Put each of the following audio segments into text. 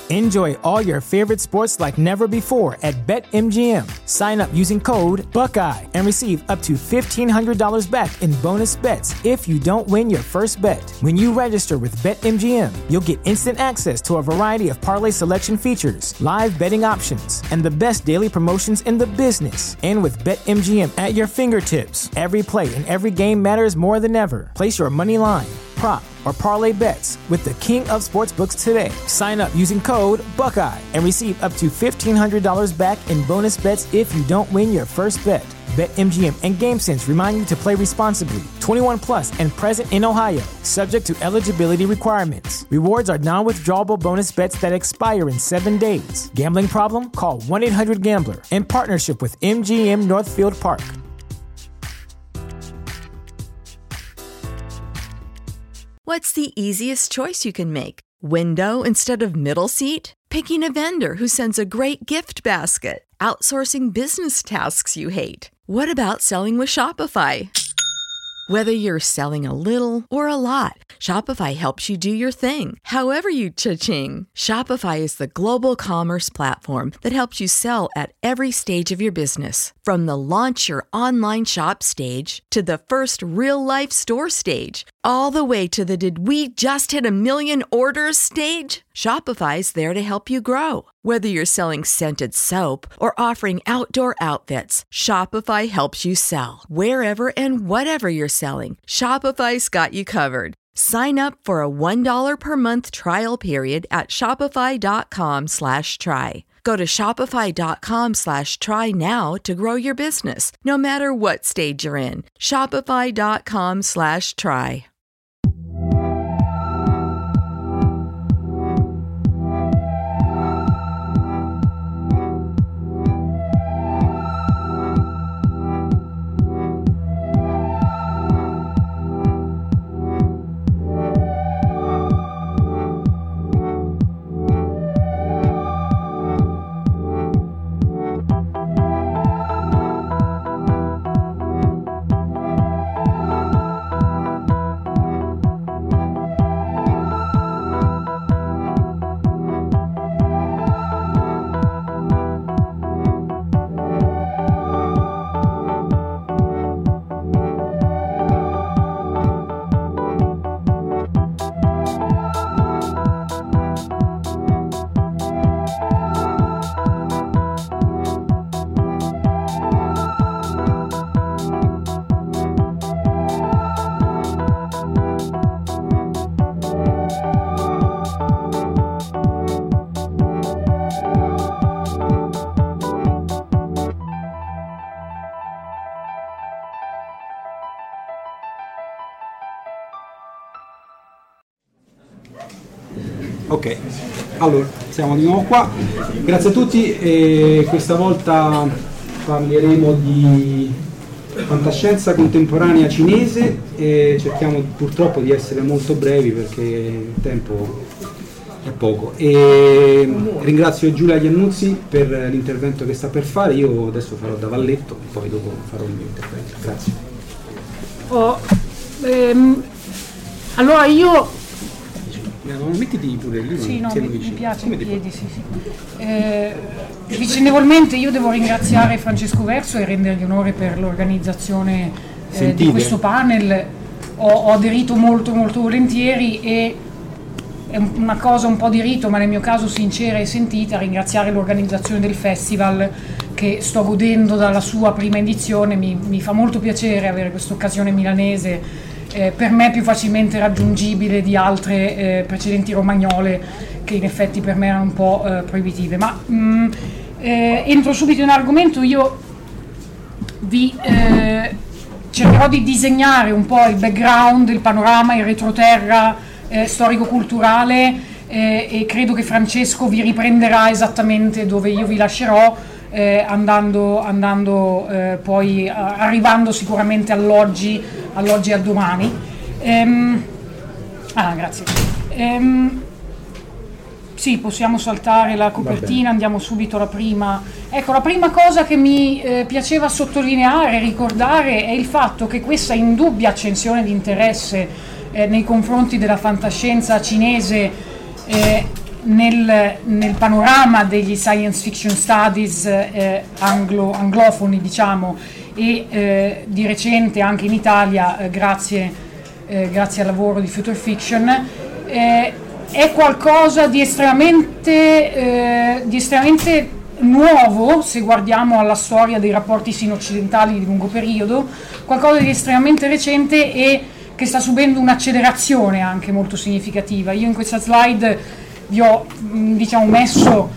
Enjoy all your favorite sports like never before at BetMGM. Sign up using code Buckeye and receive up to $1,500 back in bonus bets if you don't win your first bet. When you register with BetMGM, you'll get instant access to a variety of parlay selection features, live betting options, and the best daily promotions in the business. And with BetMGM at your fingertips, every play and every game matters more than ever. Place your money line, prop, or parlay bets with the king of sportsbooks today. Sign up using code Buckeye and receive up to $1,500 back in bonus bets if you don't win your first bet. BetMGM and GameSense remind you to play responsibly. 21 plus and present in Ohio, subject to eligibility requirements. Rewards are non-withdrawable bonus bets that expire in 7 days. Gambling problem? Call 1-800-GAMBLER. In partnership with MGM Northfield Park. What's the easiest choice you can make? Window instead of middle seat? Picking a vendor who sends a great gift basket? Outsourcing business tasks you hate? What about selling with Shopify? Whether you're selling a little or a lot, Shopify helps you do your thing, however you cha-ching. Shopify is the global commerce platform that helps you sell at every stage of your business. From the launch your online shop stage to the first real-life store stage, all the way to the did we just hit 1 million orders stage? Shopify's there to help you grow. Whether you're selling scented soap or offering outdoor outfits, Shopify helps you sell. Wherever and whatever you're selling, Shopify's got you covered. Sign up for a $1 per month trial period at shopify.com/try. Go to shopify.com/try now to grow your business, no matter what stage you're in. Shopify.com/try. Ok, allora siamo di nuovo qua, grazie a tutti e questa volta parleremo di fantascienza contemporanea cinese e cerchiamo purtroppo di essere molto brevi perché il tempo è poco e ringrazio Giulia Iannuzzi per l'intervento che sta per fare. Io adesso farò da valletto e poi dopo farò il mio intervento. Grazie. Allora io mettiti pure lì. Sì, no, mi piace in piedi, sì. Vicendevolmente io devo ringraziare Francesco Verso e rendergli onore per l'organizzazione di questo panel. Ho aderito molto molto volentieri e è una cosa un po' di rito, ma nel mio caso sincera e sentita, ringraziare l'organizzazione del festival che sto godendo dalla sua prima edizione. Mi fa molto piacere avere questa occasione milanese, per me più facilmente raggiungibile di altre precedenti romagnole che in effetti per me erano un po' proibitive. Ma entro subito in argomento. Io vi cercherò di disegnare un po' il background, il panorama, il retroterra storico-culturale e credo che Francesco vi riprenderà esattamente dove io vi lascerò, poi arrivando sicuramente all'oggi e al domani. Grazie. Sì, possiamo saltare la copertina, andiamo subito alla prima. Ecco, la prima cosa che mi piaceva sottolineare, ricordare, è il fatto che questa indubbia accensione di interesse nei confronti della fantascienza cinese nel panorama degli science fiction studies anglofoni, diciamo, e di recente anche in Italia, grazie al lavoro di Future Fiction, è qualcosa di estremamente nuovo se guardiamo alla storia dei rapporti sino-occidentali di lungo periodo, qualcosa di estremamente recente e che sta subendo un'accelerazione anche molto significativa. Io in questa slide vi ho messo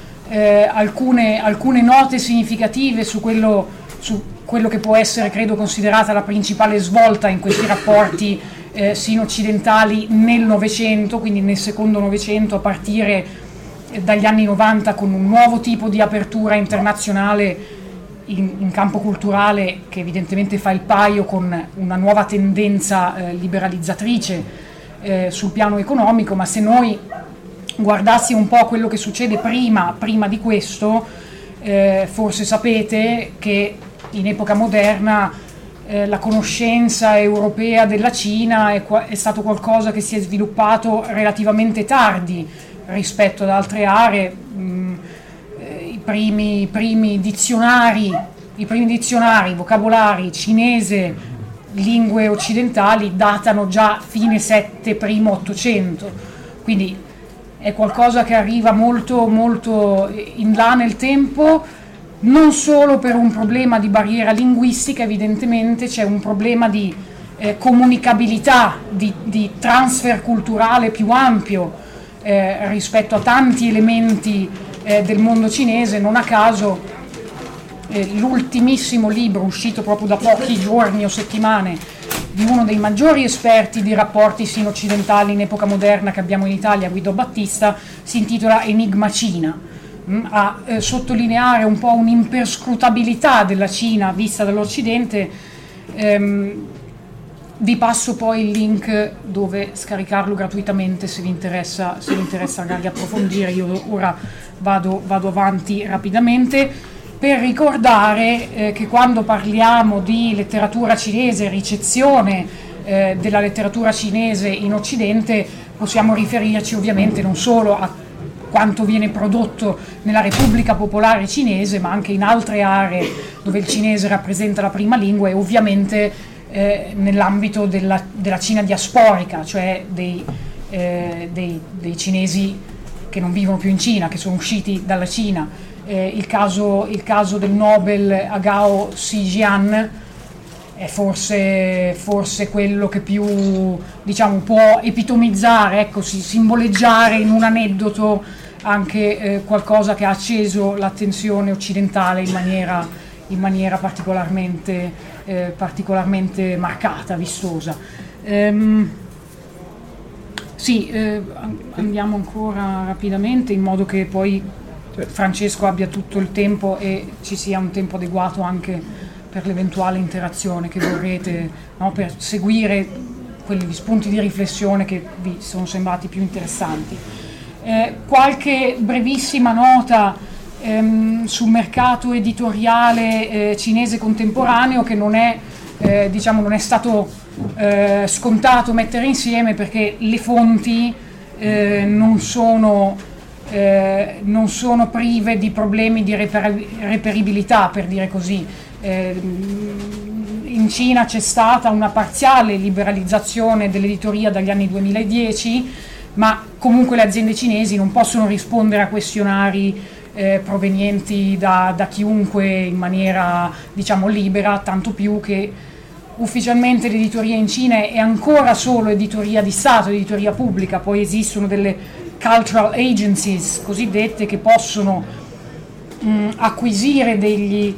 alcune note significative su quello che può essere, credo, considerata la principale svolta in questi rapporti sino-occidentali nel Novecento, quindi nel secondo Novecento, a partire dagli anni 90, con un nuovo tipo di apertura internazionale in campo culturale che evidentemente fa il paio con una nuova tendenza liberalizzatrice sul piano economico. Ma se noi guardassimo un po' quello che succede prima di questo, forse sapete che in epoca moderna la conoscenza europea della Cina è stato qualcosa che si è sviluppato relativamente tardi rispetto ad altre aree. I primi dizionari, vocabolari cinese, lingue occidentali datano già fine 7, primo 800, quindi è qualcosa che arriva molto molto in là nel tempo, non solo per un problema di barriera linguistica. Evidentemente c'è un problema di comunicabilità, di transfer culturale più ampio rispetto a tanti elementi del mondo cinese. Non a caso l'ultimissimo libro uscito proprio da pochi giorni o settimane di uno dei maggiori esperti di rapporti sino-occidentali in epoca moderna che abbiamo in Italia, Guido Battista, si intitola Enigma Cina, a sottolineare un po' un'imperscrutabilità della Cina vista dall'Occidente. Vi passo poi il link dove scaricarlo gratuitamente se vi interessa magari approfondire. Io ora vado avanti rapidamente per ricordare che quando parliamo di letteratura cinese, ricezione della letteratura cinese in Occidente, possiamo riferirci ovviamente non solo a quanto viene prodotto nella Repubblica Popolare Cinese, ma anche in altre aree dove il cinese rappresenta la prima lingua, e ovviamente nell'ambito della Cina diasporica, cioè dei cinesi che non vivono più in Cina, che sono usciti dalla Cina. Il caso del Nobel a Gao Zijian è forse quello che più, diciamo, può epitomizzare, ecco, simboleggiare in un aneddoto anche qualcosa che ha acceso l'attenzione occidentale in maniera particolarmente marcata, vistosa. Andiamo ancora rapidamente, in modo che poi Francesco abbia tutto il tempo e ci sia un tempo adeguato anche per l'eventuale interazione che vorrete, no? Per seguire quegli spunti di riflessione che vi sono sembrati più interessanti. Qualche brevissima nota sul mercato editoriale cinese contemporaneo, che non è stato scontato mettere insieme, perché le fonti non sono prive di problemi di reperibilità, per dire così. In Cina c'è stata una parziale liberalizzazione dell'editoria dagli anni 2010, ma comunque le aziende cinesi non possono rispondere a questionari provenienti da chiunque in maniera, diciamo, libera, tanto più che ufficialmente l'editoria in Cina è ancora solo editoria di Stato, editoria pubblica. Poi esistono delle cultural agencies cosiddette che possono acquisire degli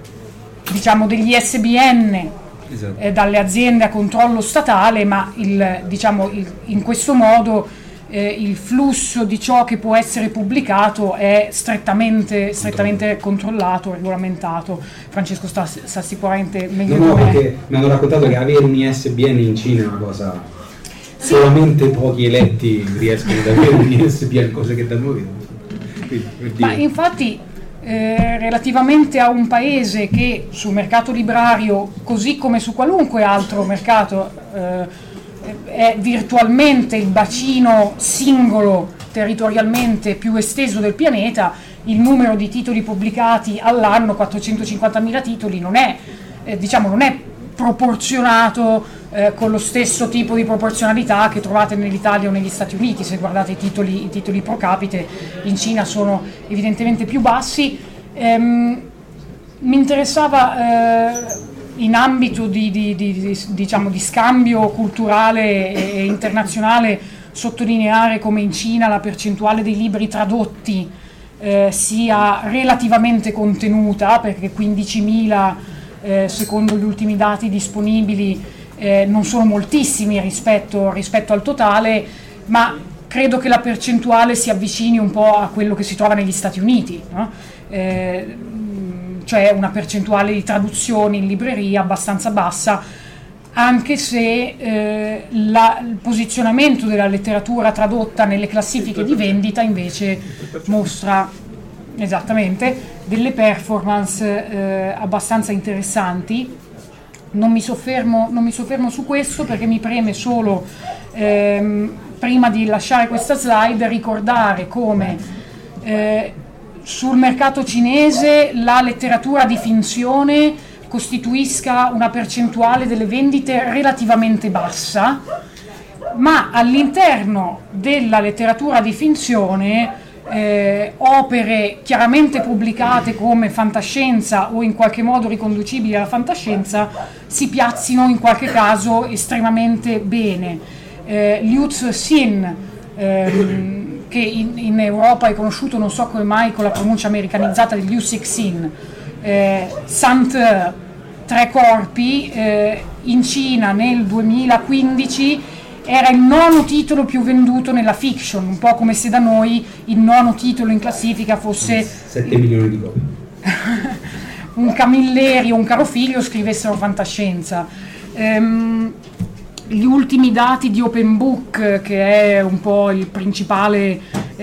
SBN, esatto, dalle aziende a controllo statale, ma in questo modo il flusso di ciò che può essere pubblicato è strettamente controllato, regolamentato. Francesco sta sicuramente meglio di me. Perché mi hanno raccontato che avere un ISBN in Cina è una cosa, sì, solamente pochi eletti riescono ad avere un ISBN, cose che da noi. Ma infatti relativamente a un paese che sul mercato librario, così come su qualunque altro mercato, è virtualmente il bacino singolo territorialmente più esteso del pianeta, il numero di titoli pubblicati all'anno, 450.000 titoli, non è proporzionato con lo stesso tipo di proporzionalità che trovate nell'Italia o negli Stati Uniti. Se guardate i titoli pro capite, in Cina sono evidentemente più bassi. Mi interessava in ambito di scambio culturale e internazionale sottolineare come in Cina la percentuale dei libri tradotti sia relativamente contenuta, perché 15.000 secondo gli ultimi dati disponibili non sono moltissimi rispetto al totale, ma credo che la percentuale si avvicini un po' a quello che si trova negli Stati Uniti, no? Cioè una percentuale di traduzioni in libreria abbastanza bassa, anche se il posizionamento della letteratura tradotta nelle classifiche di vendita invece mostra esattamente delle performance abbastanza interessanti. Non mi soffermo su questo perché mi preme solo, prima di lasciare questa slide, ricordare come sul mercato cinese la letteratura di finzione costituisca una percentuale delle vendite relativamente bassa, ma all'interno della letteratura di finzione opere chiaramente pubblicate come fantascienza o in qualche modo riconducibili alla fantascienza si piazzino in qualche caso estremamente bene. Liu Cixin, che in Europa è conosciuto, non so come mai, con la pronuncia americanizzata di Liu Cixin, Sant Tre Corpi, in Cina nel 2015 era il 9° titolo più venduto nella fiction, un po' come se da noi il 9° titolo in classifica fosse 7 milioni di copie. Un Camilleri o un Carofiglio scrivessero fantascienza. Gli ultimi dati di Open Book, che è un po' il principale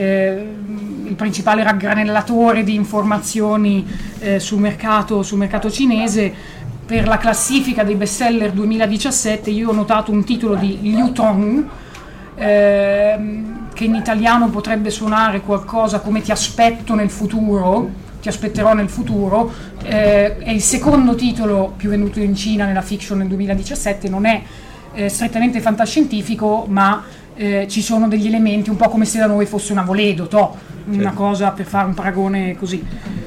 raggranellatore di informazioni sul mercato cinese, per la classifica dei bestseller 2017 io ho notato un titolo di Liu Tong, che in italiano potrebbe suonare qualcosa come Ti aspetterò nel futuro, è il 2° titolo più venduto in Cina nella fiction nel 2017, non è strettamente fantascientifico, ma ci sono degli elementi un po' come se da noi fosse una Voledo, una cosa, per fare un paragone così.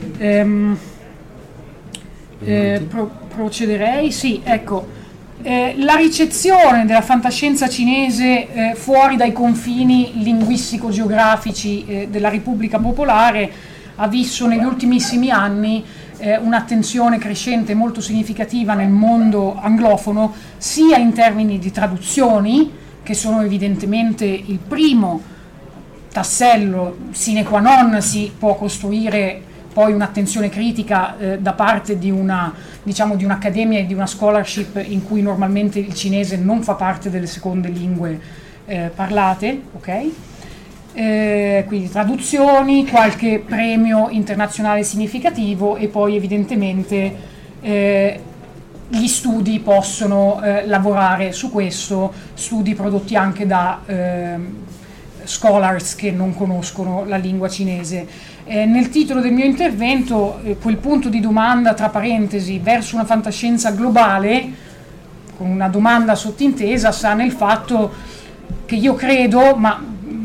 Procederei, sì, ecco. La ricezione della fantascienza cinese fuori dai confini linguistico-geografici della Repubblica Popolare ha visto negli ultimissimi anni un'attenzione crescente molto significativa nel mondo anglofono, sia in termini di traduzioni, che sono evidentemente il primo tassello sine qua non, si può costruire poi un'attenzione critica da parte di un'accademia e di una scholarship in cui normalmente il cinese non fa parte delle seconde lingue parlate, ok? Quindi traduzioni, qualche premio internazionale significativo e poi evidentemente gli studi possono lavorare su questo, studi prodotti anche da scholars che non conoscono la lingua cinese. Nel titolo del mio intervento quel punto di domanda tra parentesi verso una fantascienza globale, con una domanda sottintesa, sta nel fatto che io credo, ma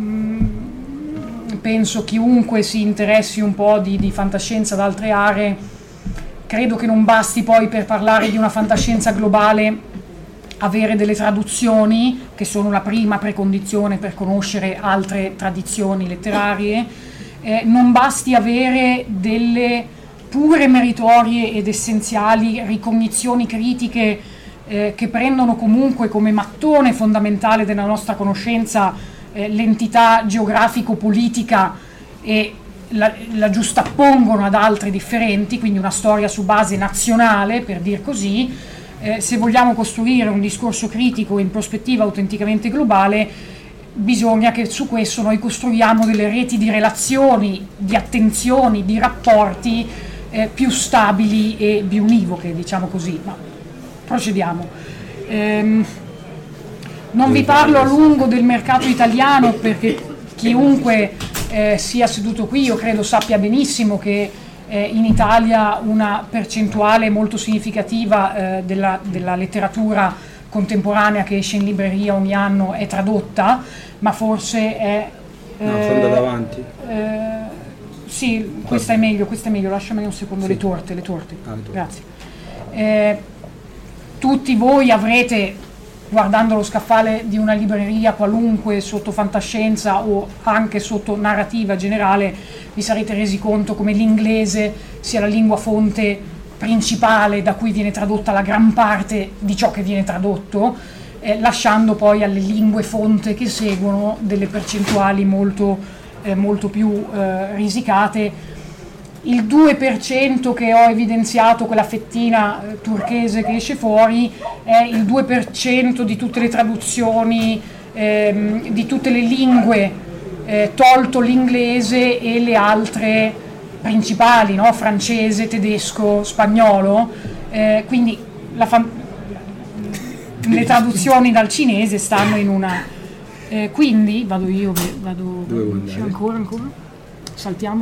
penso chiunque si interessi un po' di fantascienza da altre aree, credo che non basti poi per parlare di una fantascienza globale avere delle traduzioni, che sono la prima precondizione per conoscere altre tradizioni letterarie. Non basti avere delle pure meritorie ed essenziali ricognizioni critiche che prendono comunque come mattone fondamentale della nostra conoscenza l'entità geografico-politica e la giustappongono ad altre differenti, quindi una storia su base nazionale, per dir così. Se vogliamo costruire un discorso critico in prospettiva autenticamente globale, bisogna che su questo noi costruiamo delle reti di relazioni, di attenzioni, di rapporti più stabili e biunivoche, diciamo così. Ma procediamo. Non vi parlo a lungo del mercato italiano perché chiunque sia seduto qui, io credo sappia benissimo che in Italia una percentuale molto significativa della letteratura contemporanea che esce in libreria ogni anno è tradotta, ma forse è... sono andato avanti. Sì, questa è meglio, lasciami un secondo, sì. Le torte. Grazie. Tutti voi avrete, guardando lo scaffale di una libreria qualunque sotto fantascienza o anche sotto narrativa generale, vi sarete resi conto come l'inglese sia la lingua fonte principale da cui viene tradotta la gran parte di ciò che viene tradotto, lasciando poi alle lingue fonte che seguono delle percentuali molto più risicate. Il 2% che ho evidenziato, quella fettina turchese che esce fuori, è il 2% di tutte le traduzioni di tutte le lingue, tolto l'inglese e le altre principali, no? Francese, tedesco, spagnolo, quindi le traduzioni dal cinese stanno in una... quindi vado ancora. Saltiamo.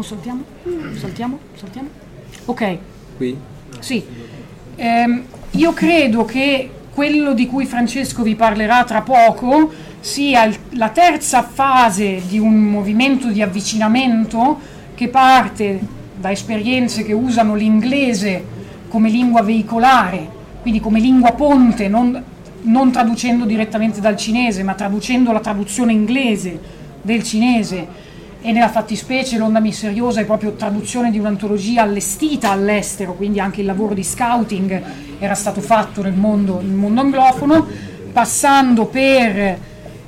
Ok. Qui? Sì. Io credo che quello di cui Francesco vi parlerà tra poco sia la terza fase di un movimento di avvicinamento che parte da esperienze che usano l'inglese come lingua veicolare, quindi come lingua ponte, non traducendo direttamente dal cinese, ma traducendo la traduzione inglese del cinese. E nella fattispecie l'Onda Misteriosa è proprio traduzione di un'antologia allestita all'estero, quindi anche il lavoro di scouting era stato fatto nel mondo anglofono, passando per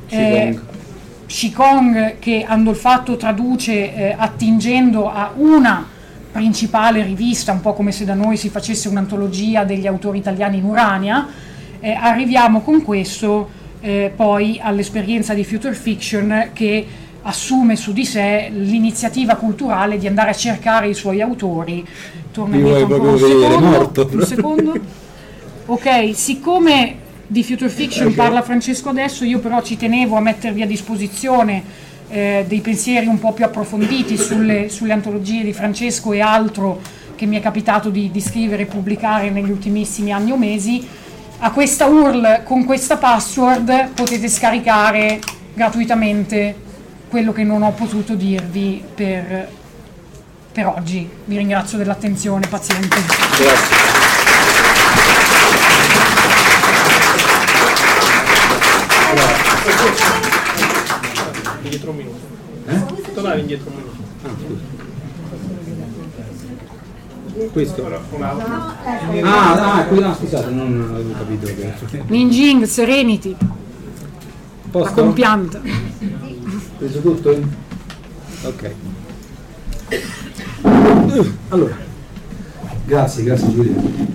Shikong, che Andolfatto traduce attingendo a una principale rivista, un po' come se da noi si facesse un'antologia degli autori italiani in Urania. Arriviamo con questo poi all'esperienza di Future Fiction, che assume su di sé l'iniziativa culturale di andare a cercare i suoi autori. Torna indietro un secondo. Ok, siccome di Future Fiction parla Francesco adesso, io però ci tenevo a mettervi a disposizione dei pensieri un po' più approfonditi sulle antologie di Francesco e altro che mi è capitato di scrivere e pubblicare negli ultimissimi anni o mesi. A questa URL con questa password potete scaricare gratuitamente quello che non ho potuto dirvi per oggi. Vi ringrazio dell'attenzione paziente. Grazie. Indietro un minuto. Tornare indietro un minuto. Questo? Scusate, non avevo capito. Ninjing, Serenity. La compianta. Preso tutto? Ok. Allora, grazie Giulia.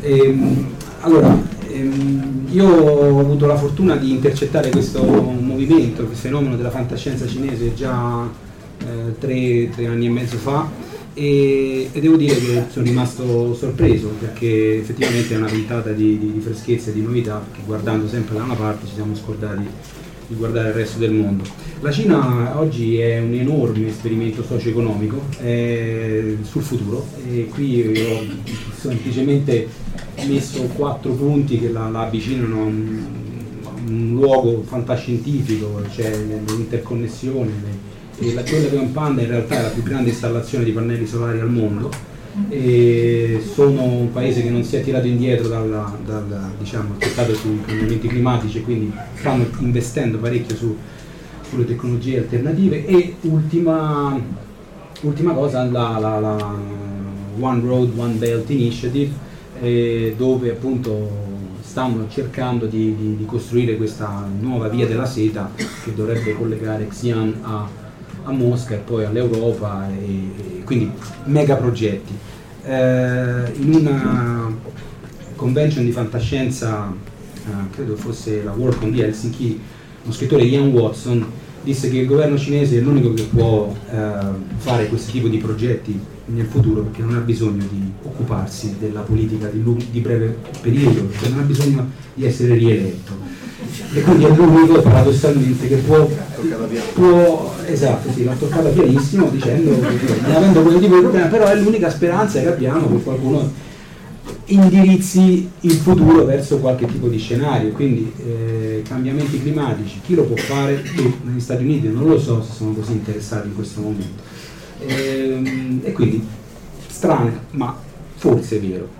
Io ho avuto la fortuna di intercettare questo movimento, questo fenomeno della fantascienza cinese già 3 anni e mezzo fa, e devo dire che sono rimasto sorpreso, perché effettivamente è una ventata di freschezza e di novità, perché guardando sempre da una parte ci siamo scordati di guardare il resto del mondo. La Cina oggi è un enorme esperimento socio-economico sul futuro, e qui ho semplicemente messo 4 punti che la avvicinano a un luogo fantascientifico, cioè l'interconnessione, quella che è un Panda in realtà è la più grande installazione di pannelli solari al mondo, e sono un paese che non si è tirato indietro dal trattato sui cambiamenti climatici, e quindi stanno investendo parecchio sulle tecnologie alternative. E ultima cosa, la One Road One Belt Initiative, dove appunto stanno cercando di costruire questa nuova via della seta che dovrebbe collegare Xi'an a Mosca e poi all'Europa, e quindi mega progetti. In una convention di fantascienza, credo fosse la World Con di Helsinki, uno scrittore, Ian Watson, disse che il governo cinese è l'unico che può fare questo tipo di progetti nel futuro, perché non ha bisogno di occuparsi della politica di breve periodo, cioè non ha bisogno di essere rieletto, e quindi è l'unico paradossalmente che può esatto, sì, l'ha toccata pianissimo dicendo che avendo quel tipo di problema, però è l'unica speranza che abbiamo che qualcuno indirizzi il futuro verso qualche tipo di scenario. Quindi cambiamenti climatici, chi lo può fare? Negli Stati Uniti non lo so se sono così interessati in questo momento, e quindi strano, ma forse è vero.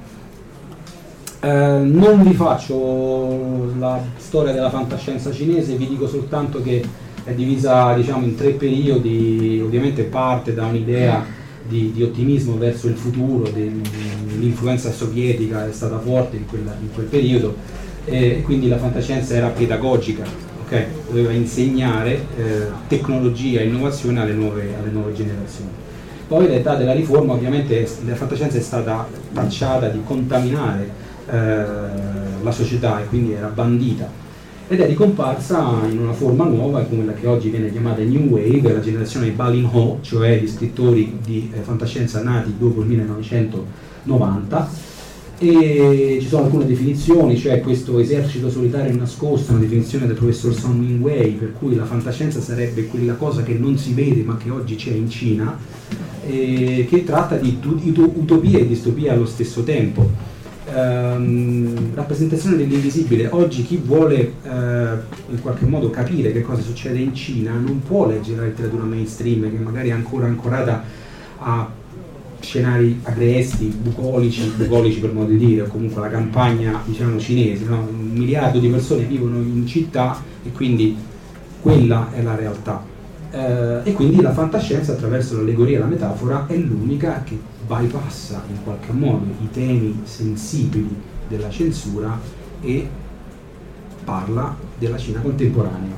Non vi faccio la storia della fantascienza cinese, vi dico soltanto che è divisa, diciamo, in 3 periodi. Ovviamente parte da un'idea di ottimismo verso il futuro, l'influenza sovietica è stata forte in quel periodo, e quindi la fantascienza era pedagogica, okay? Doveva insegnare tecnologia e innovazione alle nuove generazioni. Poi all'età della riforma ovviamente la fantascienza è stata tacciata di contaminare la società e quindi era bandita, ed è ricomparsa in una forma nuova, quella che oggi viene chiamata New Wave, la generazione Balin Ho, cioè gli scrittori di fantascienza nati dopo il 1990, e ci sono alcune definizioni, cioè questo esercito solitario nascosto, una definizione del professor Song Ming-Wei, per cui la fantascienza sarebbe quella cosa che non si vede ma che oggi c'è in Cina, che tratta di utopia e distopia allo stesso tempo. Rappresentazione dell'invisibile. Oggi chi vuole in qualche modo capire che cosa succede in Cina non può leggere la letteratura mainstream, che magari è ancora ancorata a scenari agresti, bucolici per modo di dire, o comunque la campagna, diciamo, cinese, no? 1 miliardo di persone vivono in città e quindi quella è la realtà, e quindi la fantascienza attraverso l'allegoria e la metafora è l'unica che bypassa in qualche modo i temi sensibili della censura e parla della Cina contemporanea.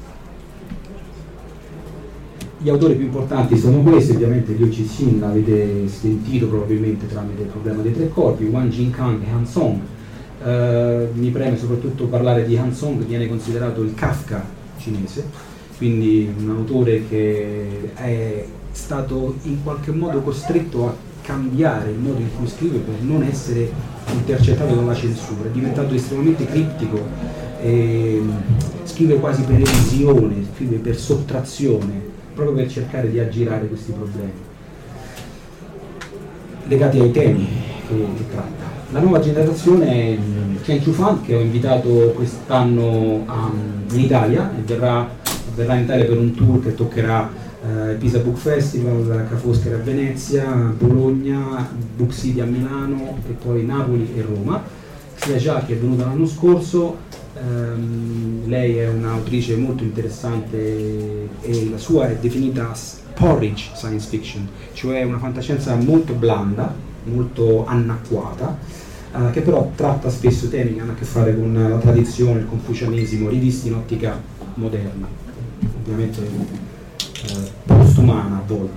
Gli autori più importanti sono questi, ovviamente Liu Cixin l'avete sentito probabilmente tramite il problema dei 3 corpi, Wang Jingkang e Han Song. Mi preme soprattutto parlare di Han Song, che viene considerato il Kafka cinese, quindi un autore che è stato in qualche modo costretto a cambiare il modo in cui scrive per non essere intercettato dalla censura, è diventato estremamente criptico, scrive quasi per evasione, scrive per sottrazione, proprio per cercare di aggirare questi problemi legati ai temi che tratta. La nuova generazione è Chen Qiufan, che ho invitato quest'anno in Italia, e verrà in Italia per un tour che toccherà il Pisa Book Festival, Ca' Foscari a Venezia, Bologna, Book City a Milano e poi Napoli e Roma. Xia Jia, che è venuta l'anno scorso, lei è un'autrice molto interessante e la sua è definita porridge science fiction, cioè una fantascienza molto blanda, molto annacquata, che però tratta spesso temi che hanno a che fare con la tradizione, il confucianesimo, rivisti in ottica moderna, ovviamente postumana a volte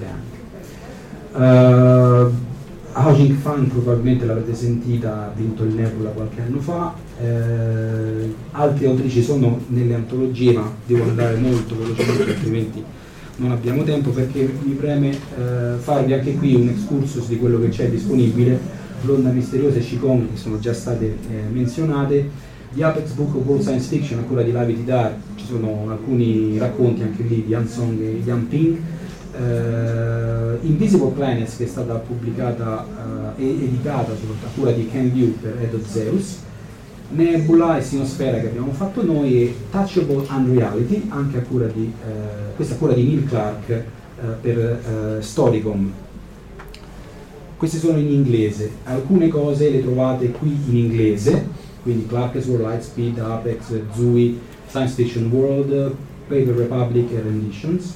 anche. Hao Jingfang probabilmente l'avrete sentita, ha vinto il Nebula qualche anno fa. Altre autrici sono nelle antologie, ma devo andare molto velocemente altrimenti non abbiamo tempo, perché mi preme farvi anche qui un excursus di quello che c'è disponibile. L'Onda Misteriosa e Qigong, che sono già state menzionate. The Apex Book of World Science Fiction, ancora di Lavi Tidar, ci sono alcuni racconti anche lì di Han Song e Yan Ping. Invisible Planets, che è stata pubblicata e editata a cura di Ken Liu per Head of Zeus. Nebula e Sinosfera, che abbiamo fatto noi, e Touchable Unreality, anche a cura di questa a cura di Neil Clark per Storicom. Questi sono in inglese, alcune cose le trovate qui in inglese, quindi Clark's World, Lightspeed, Apex, Zui, Science Fiction World, Paper Republic e Renditions.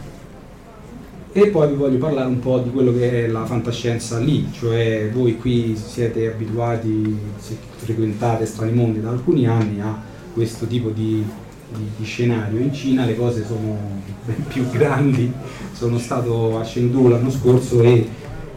E poi vi voglio parlare un po' di quello che è la fantascienza lì, cioè voi qui siete abituati, se frequentate Strani Mondi da alcuni anni, a questo tipo di scenario. In Cina le cose sono ben più grandi. Sono stato a Chengdu l'anno scorso e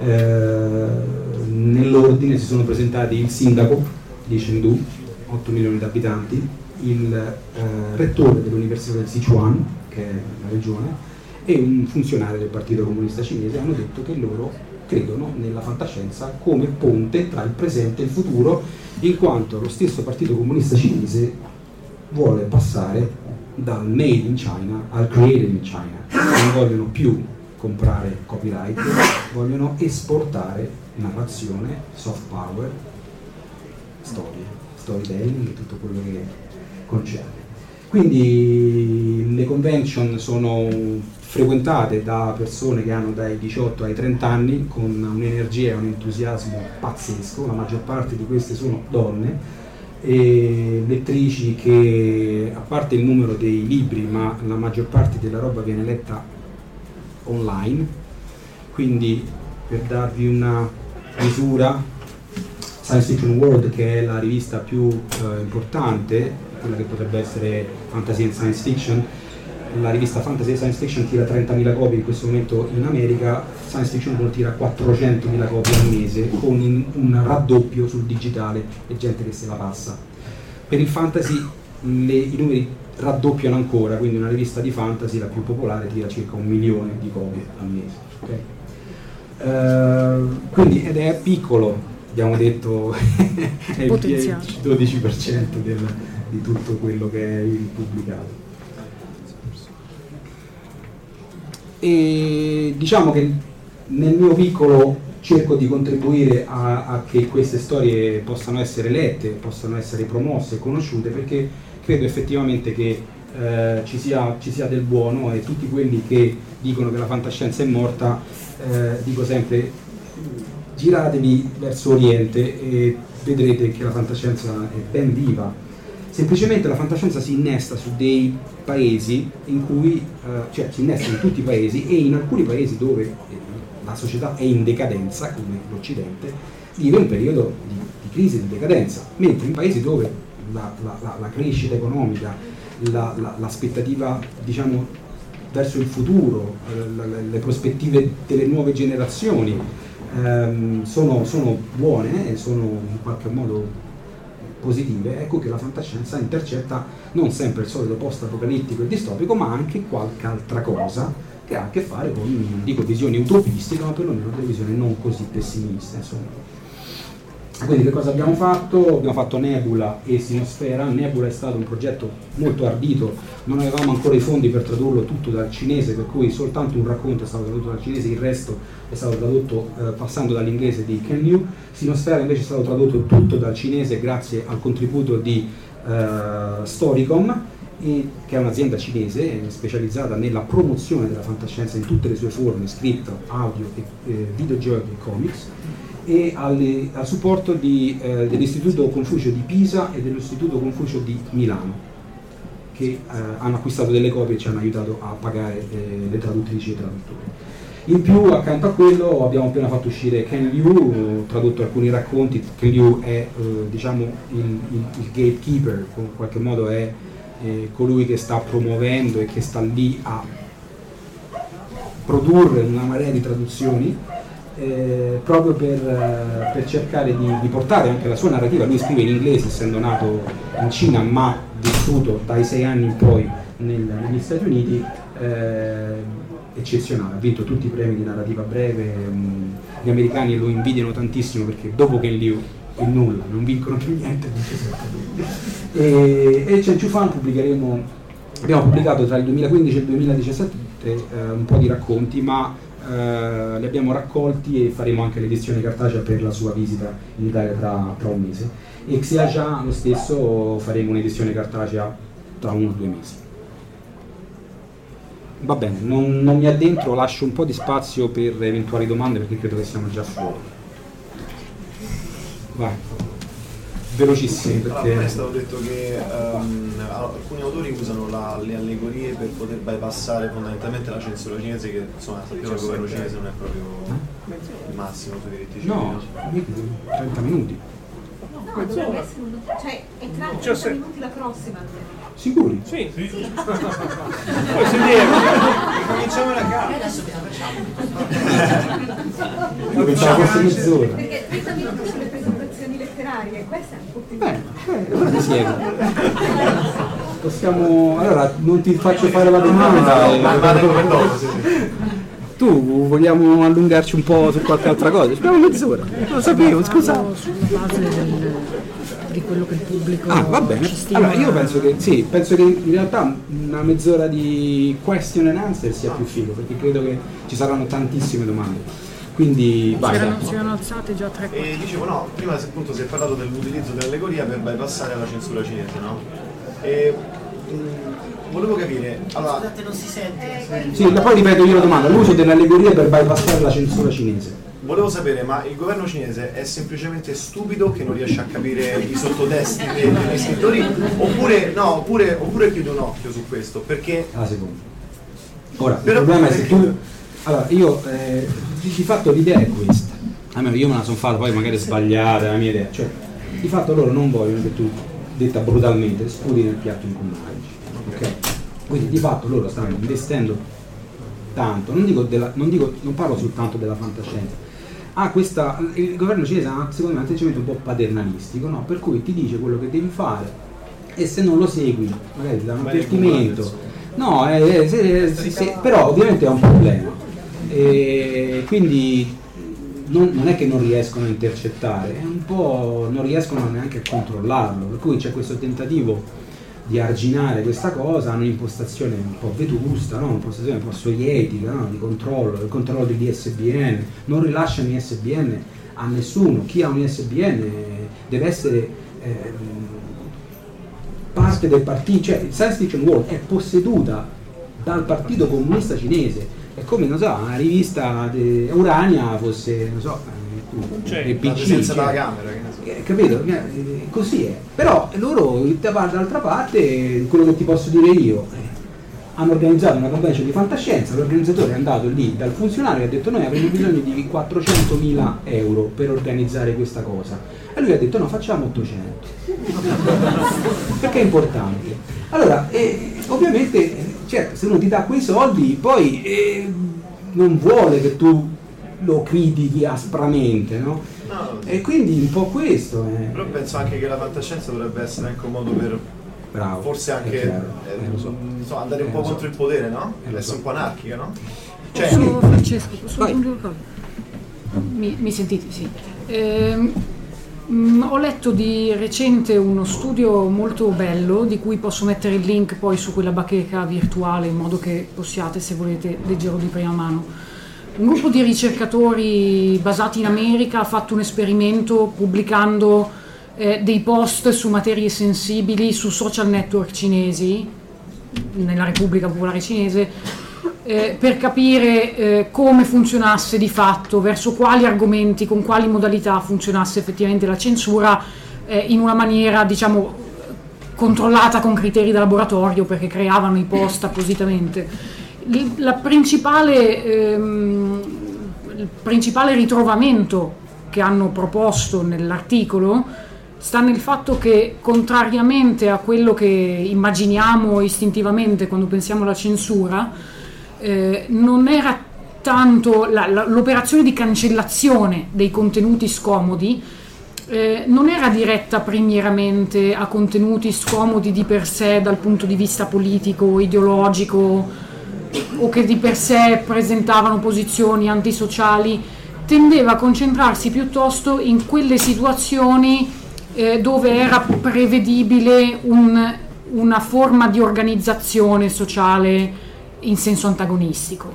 nell'ordine si sono presentati il sindaco di Chengdu, 8 milioni di abitanti, il rettore dell'università del Sichuan, che è la regione, e un funzionario del Partito Comunista Cinese hanno detto che loro credono nella fantascienza come ponte tra il presente e il futuro, in quanto lo stesso Partito Comunista Cinese vuole passare dal made in China al created in China. Non vogliono più comprare copyright, vogliono esportare narrazione, soft power, storytelling e tutto quello che concerne. Quindi le convention sono frequentate da persone che hanno dai 18 ai 30 anni con un'energia e un entusiasmo pazzesco, la maggior parte di queste sono donne e lettrici che, a parte il numero dei libri, ma la maggior parte della roba viene letta online, quindi per darvi una misura, Science Fiction World, che è la rivista più importante, quella che potrebbe essere Fantasy and Science Fiction, la rivista Fantasy and Science Fiction tira 30.000 copie in questo momento in America, Science Fiction World tira 400.000 copie al mese, con un raddoppio sul digitale e gente che se la passa. Per il fantasy i numeri raddoppiano ancora, quindi una rivista di fantasy, la più popolare, tira circa 1 milione di copie al mese. Okay? Quindi, ed è piccolo, abbiamo detto, è il 12% di tutto quello che è il pubblicato. E diciamo che nel mio piccolo cerco di contribuire a che queste storie possano essere lette, possano essere promosse e conosciute, perché credo effettivamente che ci sia del buono, e tutti quelli che dicono che la fantascienza è morta, dico sempre: giratevi verso Oriente e vedrete che la fantascienza è ben viva. Semplicemente la fantascienza si innesta su dei paesi in cui, cioè si innesta in tutti i paesi, e in alcuni paesi dove la società è in decadenza, come l'Occidente, vive un periodo di crisi e di decadenza, mentre in paesi dove la crescita economica, l'aspettativa, diciamo, verso il futuro, le prospettive delle nuove generazioni sono buone e sono in qualche modo positive, ecco che la fantascienza intercetta non sempre il solito post-apocalittico e distopico, ma anche qualche altra cosa che ha a che fare con, non dico visioni utopistiche, ma perlomeno delle visioni non così pessimiste, insomma. Quindi che cosa abbiamo fatto? Abbiamo fatto Nebula e Sinosfera. Nebula è stato un progetto molto ardito, non avevamo ancora i fondi per tradurlo tutto dal cinese, per cui soltanto un racconto è stato tradotto dal cinese, il resto è stato tradotto passando dall'inglese di Ken Liu. Sinosfera invece è stato tradotto tutto dal cinese grazie al contributo di Storycom, che è un'azienda cinese specializzata nella promozione della fantascienza in tutte le sue forme, scritto, audio, videogiochi e comics, e al supporto dell'Istituto Confucio di Pisa e dell'Istituto Confucio di Milano, che hanno acquistato delle copie e ci hanno aiutato a pagare le traduttrici e i traduttori. In più, accanto a quello, abbiamo appena fatto uscire Ken Liu, tradotto alcuni racconti. Ken Liu è diciamo il gatekeeper, in qualche modo è colui che sta promuovendo e che sta lì a produrre una marea di traduzioni, proprio per cercare di portare anche la sua narrativa. Lui scrive in inglese, essendo nato in Cina ma vissuto dai 6 anni in poi negli Stati Uniti, eccezionale, ha vinto tutti i premi di narrativa breve. Gli americani lo invidiano tantissimo perché dopo Ken Liu il nulla, non vincono più niente. E Chen Qiufan abbiamo pubblicato tra il 2015 e il 2017 un po' di racconti, ma li abbiamo raccolti e faremo anche l'edizione cartacea per la sua visita in Italia tra un mese. E Xiaja lo stesso, faremo un'edizione cartacea tra 1 o 2 mesi. Va bene, non mi addentro, lascio un po' di spazio per eventuali domande perché credo che siamo già fuori. Vai. Velocissimi perché... Allora, è stato detto che alcuni autori usano le allegorie per poter bypassare fondamentalmente la censura cinese, che insomma sappiamo che il governo cinese non è proprio il massimo sui diritti civili. No, 30 minuti. No, dovrebbe essere cioè è tra 30 minuti la prossima. Sicuri? Sì. Poi cominciamo la gara. Adesso che la facciamo? Io pensavo fosse mezz'ora. Perché 30 minuti sulle presentazioni letterarie, questa è un po' più... Ora ti spiego. Allora non ti faccio fare la domanda. Tu vogliamo allungarci un po' su qualche altra cosa? Speriamo mezz'ora. Non lo sapevo, scusa. Sulla base di quello che il pubblico va bene. Allora io penso che in realtà una mezz'ora di question and answer sia più figo, perché credo che ci saranno tantissime domande. Quindi si erano alzate già 3-4. E dicevo prima appunto si è parlato dell'utilizzo dell'allegoria per bypassare la censura cinese, no? E volevo capire, allora scusate, non si sente. Sì, poi ripeto io la domanda, l'uso dell'allegoria per bypassare la censura cinese. Volevo sapere, ma il governo cinese è semplicemente stupido che non riesce a capire i sottotesti degli scrittori oppure chiude un occhio su questo? Perché la seconda. Ora, il problema è se tu... Allora, io di fatto l'idea è questa. Almeno io me la sono fatta, poi magari è sbagliata, è la mia idea. Cioè, di fatto loro non vogliono che tu, detta brutalmente, sputi nel piatto in cui mangi. Ok? Quindi di fatto loro stanno investendo tanto, non parlo soltanto della fantascienza. Il governo cinese ha secondo me un atteggiamento un po' paternalistico, no? Per cui ti dice quello che devi fare e se non lo segui magari ti dà un avvertimento. No, però ovviamente è un problema. Quindi non è che non riescono a intercettare, è un po' non riescono neanche a controllarlo, per cui c'è questo tentativo di arginare questa cosa, hanno un'impostazione un po' vetusta, no? Un'impostazione un po' sovietica, no? Di controllo, il controllo degli ISBN, non rilasciano ISBN a nessuno, chi ha un ISBN deve essere parte del partito, cioè il Science Fiction World è posseduta dal Partito Comunista Cinese, è come, non so, una rivista Urania fosse, non so, il PC, senza la camera, capito? Così è. Però loro, d'altra parte, quello che ti posso dire io, hanno organizzato una convention di fantascienza, l'organizzatore è andato lì dal funzionario e ha detto noi avremo bisogno di 400.000 euro per organizzare questa cosa, e lui ha detto no, facciamo 800 perché è importante. Allora ovviamente certo, se uno ti dà quei soldi poi non vuole che tu lo critichi aspramente, no? E quindi un po' questo però penso anche che la fantascienza dovrebbe essere anche un modo per forse anche andare un po' contro il potere, no? Essere un po' anarchica, no? Francesco, posso aggiungere una cosa? Mi sentite? Sì. Ho letto di recente uno studio molto bello di cui posso mettere il link poi su quella bacheca virtuale in modo che possiate, se volete, leggerlo di prima mano. Un gruppo di ricercatori basati in America ha fatto un esperimento pubblicando dei post su materie sensibili su social network cinesi nella Repubblica Popolare Cinese per capire come funzionasse di fatto, verso quali argomenti, con quali modalità funzionasse effettivamente la censura in una maniera, diciamo, controllata con criteri da laboratorio, perché creavano i post appositamente. Il principale ritrovamento che hanno proposto nell'articolo sta nel fatto che, contrariamente a quello che immaginiamo istintivamente quando pensiamo alla censura, non era tanto l'operazione di cancellazione dei contenuti scomodi, non era diretta primieramente a contenuti scomodi di per sé dal punto di vista politico, ideologico, o che di per sé presentavano posizioni antisociali, tendeva a concentrarsi piuttosto in quelle situazioni dove era prevedibile una forma di organizzazione sociale in senso antagonistico.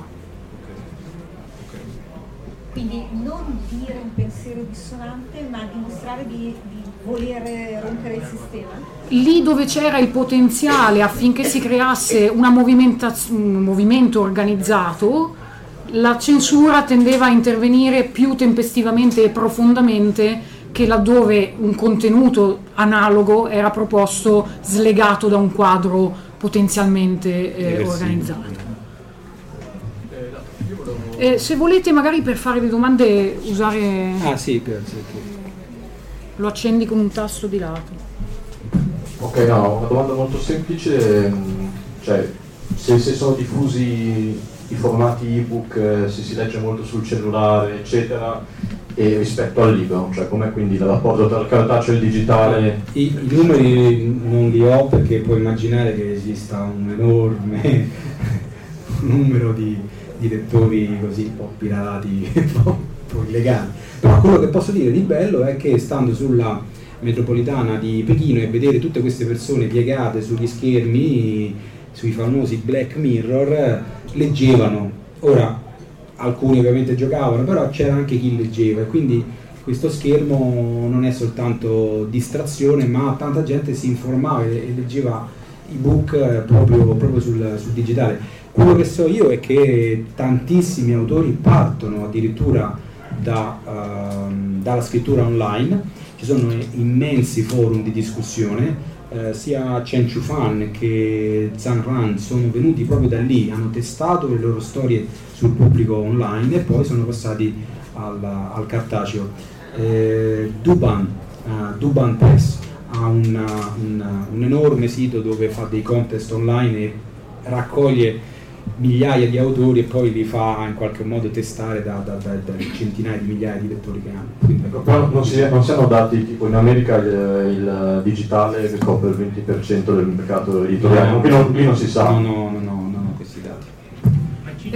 Quindi non dire un pensiero dissonante, ma dimostrare di voler rompere il sistema. Lì dove c'era il potenziale affinché si creasse un movimento organizzato, la censura tendeva a intervenire più tempestivamente e profondamente che laddove un contenuto analogo era proposto slegato da un quadro potenzialmente organizzato. Se volete, magari per fare le domande usare... sì, grazie. Lo accendi con un tasto di lato. Ok, no, una domanda molto semplice, cioè se sono diffusi i formati ebook, se si legge molto sul cellulare, eccetera, e rispetto al libro, cioè com'è quindi il rapporto tra il cartaceo e il digitale? I numeri non li ho, perché puoi immaginare che esista un enorme numero di lettori così un po' pirati, un po' illegali. Però quello che posso dire di bello è che, stando sulla metropolitana di Pechino e vedere tutte queste persone piegate sugli schermi, sui famosi Black Mirror, leggevano. Ora, alcuni ovviamente giocavano, però c'era anche chi leggeva, e quindi questo schermo non è soltanto distrazione, ma tanta gente si informava e leggeva ebook proprio sul digitale. Quello che so io è che tantissimi autori partono addirittura dalla scrittura online. Ci sono immensi forum di discussione, sia Chen Shufan che Zhang Ran sono venuti proprio da lì, hanno testato le loro storie sul pubblico online e poi sono passati al cartaceo. Duban Press ha un enorme sito dove fa dei contest online e raccoglie migliaia di autori e poi li fa in qualche modo testare da centinaia di migliaia di lettori che hanno. Quindi, però non si hanno dati, tipo in America il digitale che copre il 20% del mercato editoriale, qui non si sa. No, non ho questi dati. Ma ci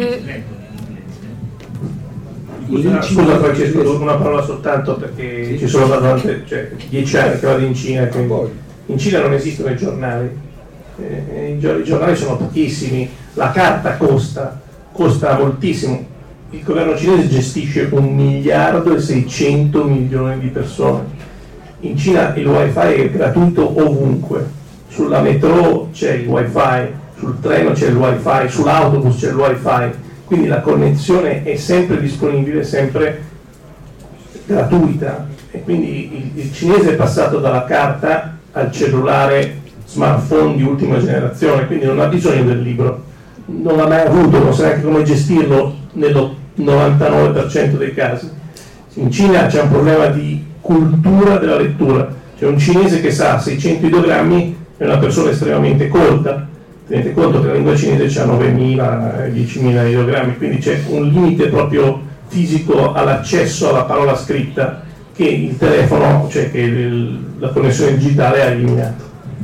Scusa Francesco, una parola soltanto, perché sì, ci sono davanti 10 anni che vado in Cina, quindi in Cina non esistono i giornali, i giornali sono pochissimi, la carta costa moltissimo, il governo cinese gestisce 1.600 milioni di persone, in Cina il wifi è gratuito ovunque, sulla metro c'è il wifi, sul treno c'è il wifi, sull'autobus c'è il wifi, quindi la connessione è sempre disponibile, sempre gratuita, e quindi il cinese è passato dalla carta al cellulare smartphone di ultima generazione, quindi non ha bisogno del libro, non l'ha mai avuto, non sa neanche come gestirlo nel 99% dei casi. In Cina c'è un problema di cultura della lettura, c'è un cinese che sa 600 ideogrammi, è una persona estremamente colta. Tenete conto che la lingua cinese ha 9.000, 10.000 ideogrammi, quindi c'è un limite proprio fisico all'accesso alla parola scritta che il telefono, cioè che la connessione digitale ha eliminato.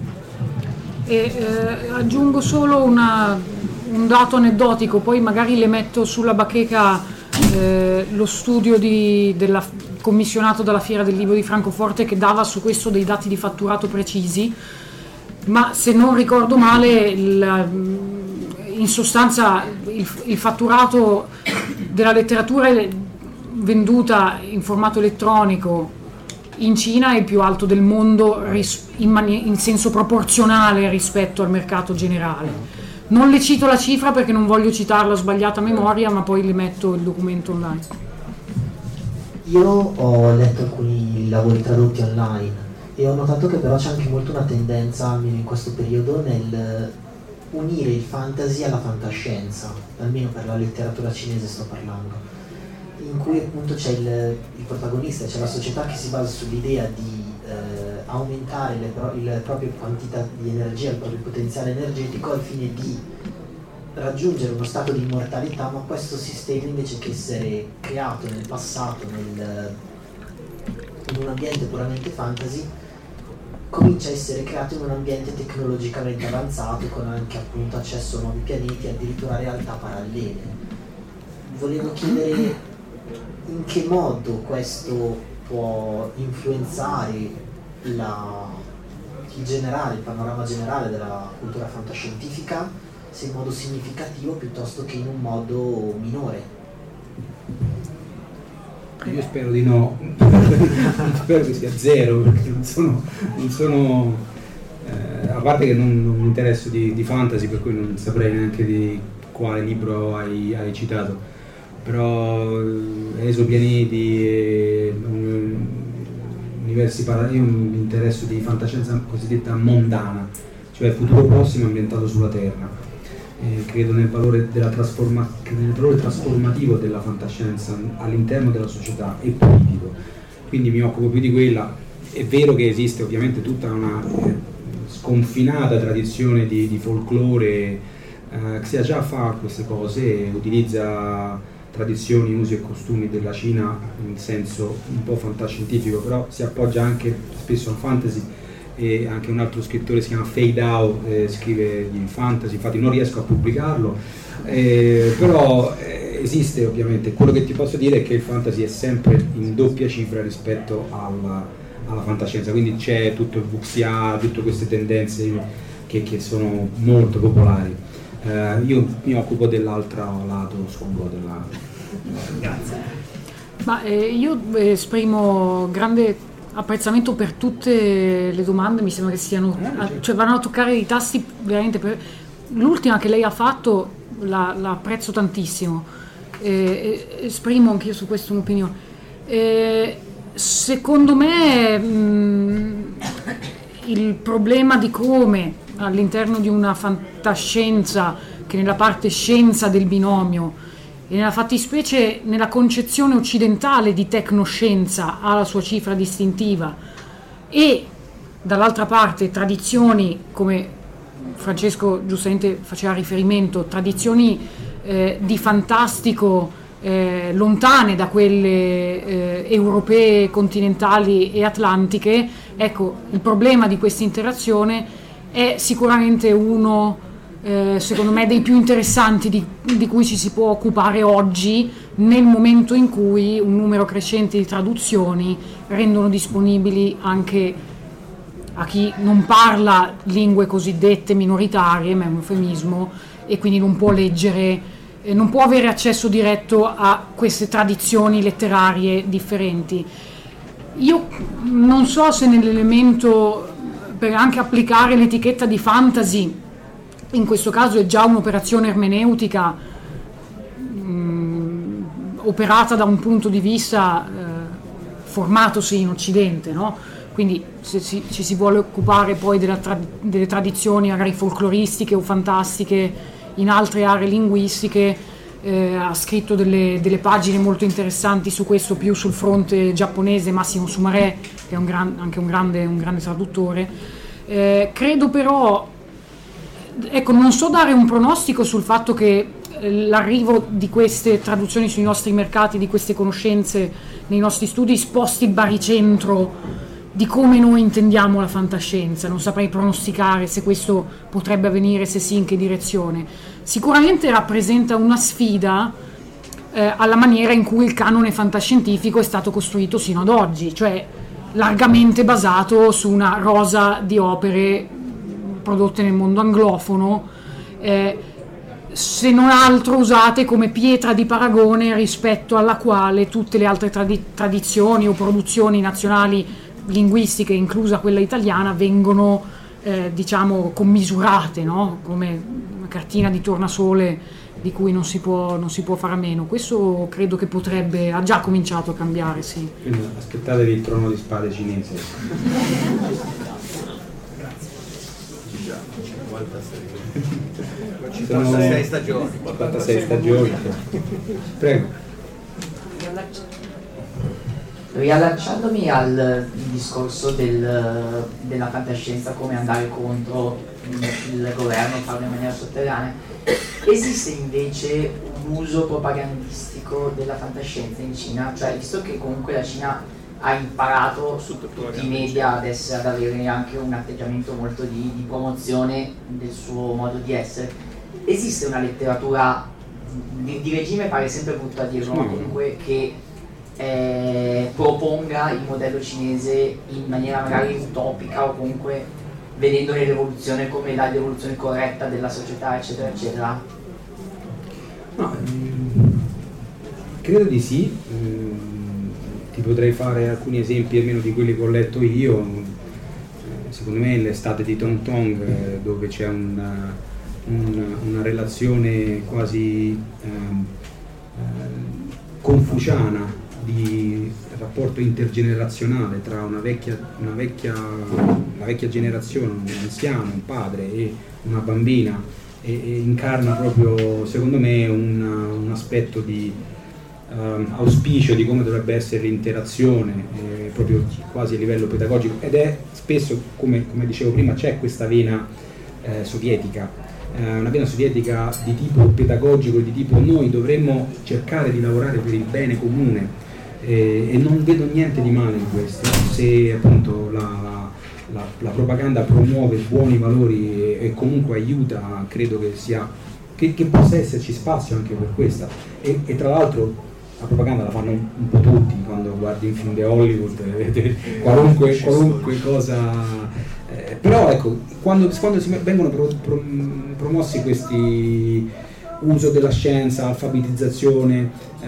Aggiungo solo un dato aneddotico, poi magari le metto sulla bacheca lo studio del commissionato dalla Fiera del Libro di Francoforte, che dava su questo dei dati di fatturato precisi. Ma se non ricordo male, in sostanza il fatturato della letteratura venduta in formato elettronico in Cina è il più alto del mondo in senso proporzionale rispetto al mercato generale. Non le cito la cifra perché non voglio citarla sbagliata a memoria, ma poi le metto il documento online. Io ho letto alcuni lavori tradotti online e ho notato che però c'è anche molto una tendenza, almeno in questo periodo, nel unire il fantasy alla fantascienza, almeno per la letteratura cinese sto parlando, in cui appunto c'è il protagonista, c'è la società che si basa sull'idea di aumentare la propria quantità di energia, il proprio potenziale energetico al fine di raggiungere uno stato di immortalità, ma questo sistema, invece che essere creato nel passato in un ambiente puramente fantasy, comincia a essere creato in un ambiente tecnologicamente avanzato, con anche appunto accesso a nuovi pianeti, addirittura realtà parallele. Volevo chiedere in che modo questo può influenzare il panorama generale della cultura fantascientifica, se in modo significativo piuttosto che in un modo minore. Io spero di no, spero che sia zero, perché non sono a parte che non mi interesso di fantasy, per cui non saprei neanche di quale libro hai citato, però esopianeti, universi paralleli, io mi interesso di fantascienza cosiddetta mondana, cioè il futuro prossimo ambientato sulla Terra. Credo nel valore trasformativo della fantascienza all'interno della società e politico, quindi mi occupo più di quella. È vero che esiste ovviamente tutta una sconfinata tradizione di folklore, Xia già fa queste cose, utilizza tradizioni, usi e costumi della Cina in senso un po' fantascientifico, però si appoggia anche spesso al fantasy, e anche un altro scrittore si chiama Fei Dao, scrive di fantasy, infatti non riesco a pubblicarlo, però esiste ovviamente. Quello che ti posso dire è che il fantasy è sempre in doppia cifra rispetto alla fantascienza, quindi c'è tutto il wuxia, tutte queste tendenze che sono molto popolari. Io mi occupo dell'altro lato oscuro della... Grazie. Ma io esprimo grande apprezzamento per tutte le domande, mi sembra che siano, cioè vanno a toccare i tasti veramente. L'ultima che lei ha fatto la apprezzo tantissimo, esprimo anch'io su questo un'opinione. Secondo me il problema di come all'interno di una fantascienza che nella parte scienza del binomio e nella fattispecie nella concezione occidentale di tecnoscienza ha la sua cifra distintiva, e dall'altra parte tradizioni, come Francesco giustamente faceva riferimento, tradizioni di fantastico lontane da quelle europee, continentali e atlantiche. Ecco, il problema di questa interazione è sicuramente uno, secondo me, dei più interessanti di cui ci si può occupare oggi, nel momento in cui un numero crescente di traduzioni rendono disponibili anche a chi non parla lingue cosiddette minoritarie, ma è un eufemismo, e quindi non può leggere, non può avere accesso diretto a queste tradizioni letterarie differenti. Io non so se nell'elemento, per anche applicare l'etichetta di fantasy, in questo caso è già un'operazione ermeneutica operata da un punto di vista formatosi in Occidente, no? Quindi se ci si vuole occupare poi delle tradizioni magari folcloristiche o fantastiche in altre aree linguistiche, ha scritto delle pagine molto interessanti su questo, più sul fronte giapponese, Massimo Sumaré, che è anche un grande traduttore. Credo però, ecco, non so dare un pronostico sul fatto che l'arrivo di queste traduzioni sui nostri mercati, di queste conoscenze nei nostri studi, sposti il baricentro di come noi intendiamo la fantascienza. Non saprei pronosticare se questo potrebbe avvenire, se sì, in che direzione. Sicuramente rappresenta una sfida alla maniera in cui il canone fantascientifico è stato costruito sino ad oggi, cioè largamente basato su una rosa di opere prodotte nel mondo anglofono, se non altro usate come pietra di paragone rispetto alla quale tutte le altre tradizioni o produzioni nazionali linguistiche, inclusa quella italiana, vengono diciamo commisurate, no? Come una cartina di tornasole di cui non si può fare a meno. Questo credo che ha già cominciato a cambiare, sì. Quindi aspettatevi il Trono di Spade cinese. 56 stagioni. 56 stagioni. Prego. Riallacciandomi al discorso della fantascienza come andare contro il governo, farlo in maniera sotterranea, esiste invece un uso propagandistico della fantascienza in Cina? Cioè, visto che comunque la Cina ha imparato su tutti i media ad avere anche un atteggiamento molto di promozione del suo modo di essere, esiste una letteratura di regime, pare sempre brutto a dirlo, ma comunque che proponga il modello cinese in maniera magari utopica, o comunque vedendone l'evoluzione come l'evoluzione corretta della società, eccetera eccetera? No, credo di sì. Ti potrei fare alcuni esempi almeno di quelli che ho letto io. Secondo me l'estate di Tong Tong, dove c'è una relazione quasi confuciana di rapporto intergenerazionale tra una vecchia generazione, un anziano, un padre e una bambina, e incarna proprio, secondo me, un aspetto di auspicio di come dovrebbe essere l'interazione, proprio quasi a livello pedagogico, ed è spesso, come dicevo prima, c'è questa vena sovietica una vena sovietica di tipo pedagogico, di tipo noi dovremmo cercare di lavorare per il bene comune, e non vedo niente di male in questo, se appunto la propaganda promuove buoni valori e comunque aiuta, credo che possa esserci spazio anche per questa, e tra l'altro la propaganda la fanno un po' tutti, quando guardi un film di Hollywood, qualunque cosa, però ecco, quando vengono promossi questi uso della scienza, alfabetizzazione,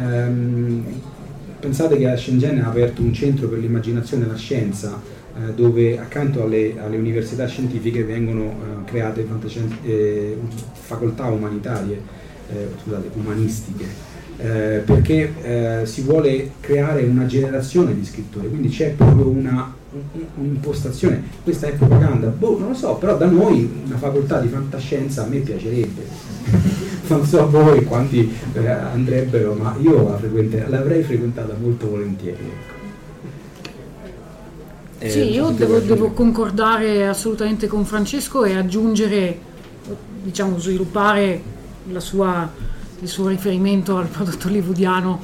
pensate che a Shenzhen ha aperto un centro per l'immaginazione e la scienza, dove accanto alle università scientifiche vengono create facoltà umanistiche, perché si vuole creare una generazione di scrittori, quindi c'è proprio un'impostazione. Questa è propaganda? Non lo so, però da noi una facoltà di fantascienza a me piacerebbe. Non so a voi quanti andrebbero, ma io l'avrei frequentata molto volentieri. Sì, io devo concordare assolutamente con Francesco e aggiungere, diciamo, sviluppare il suo riferimento al prodotto hollywoodiano,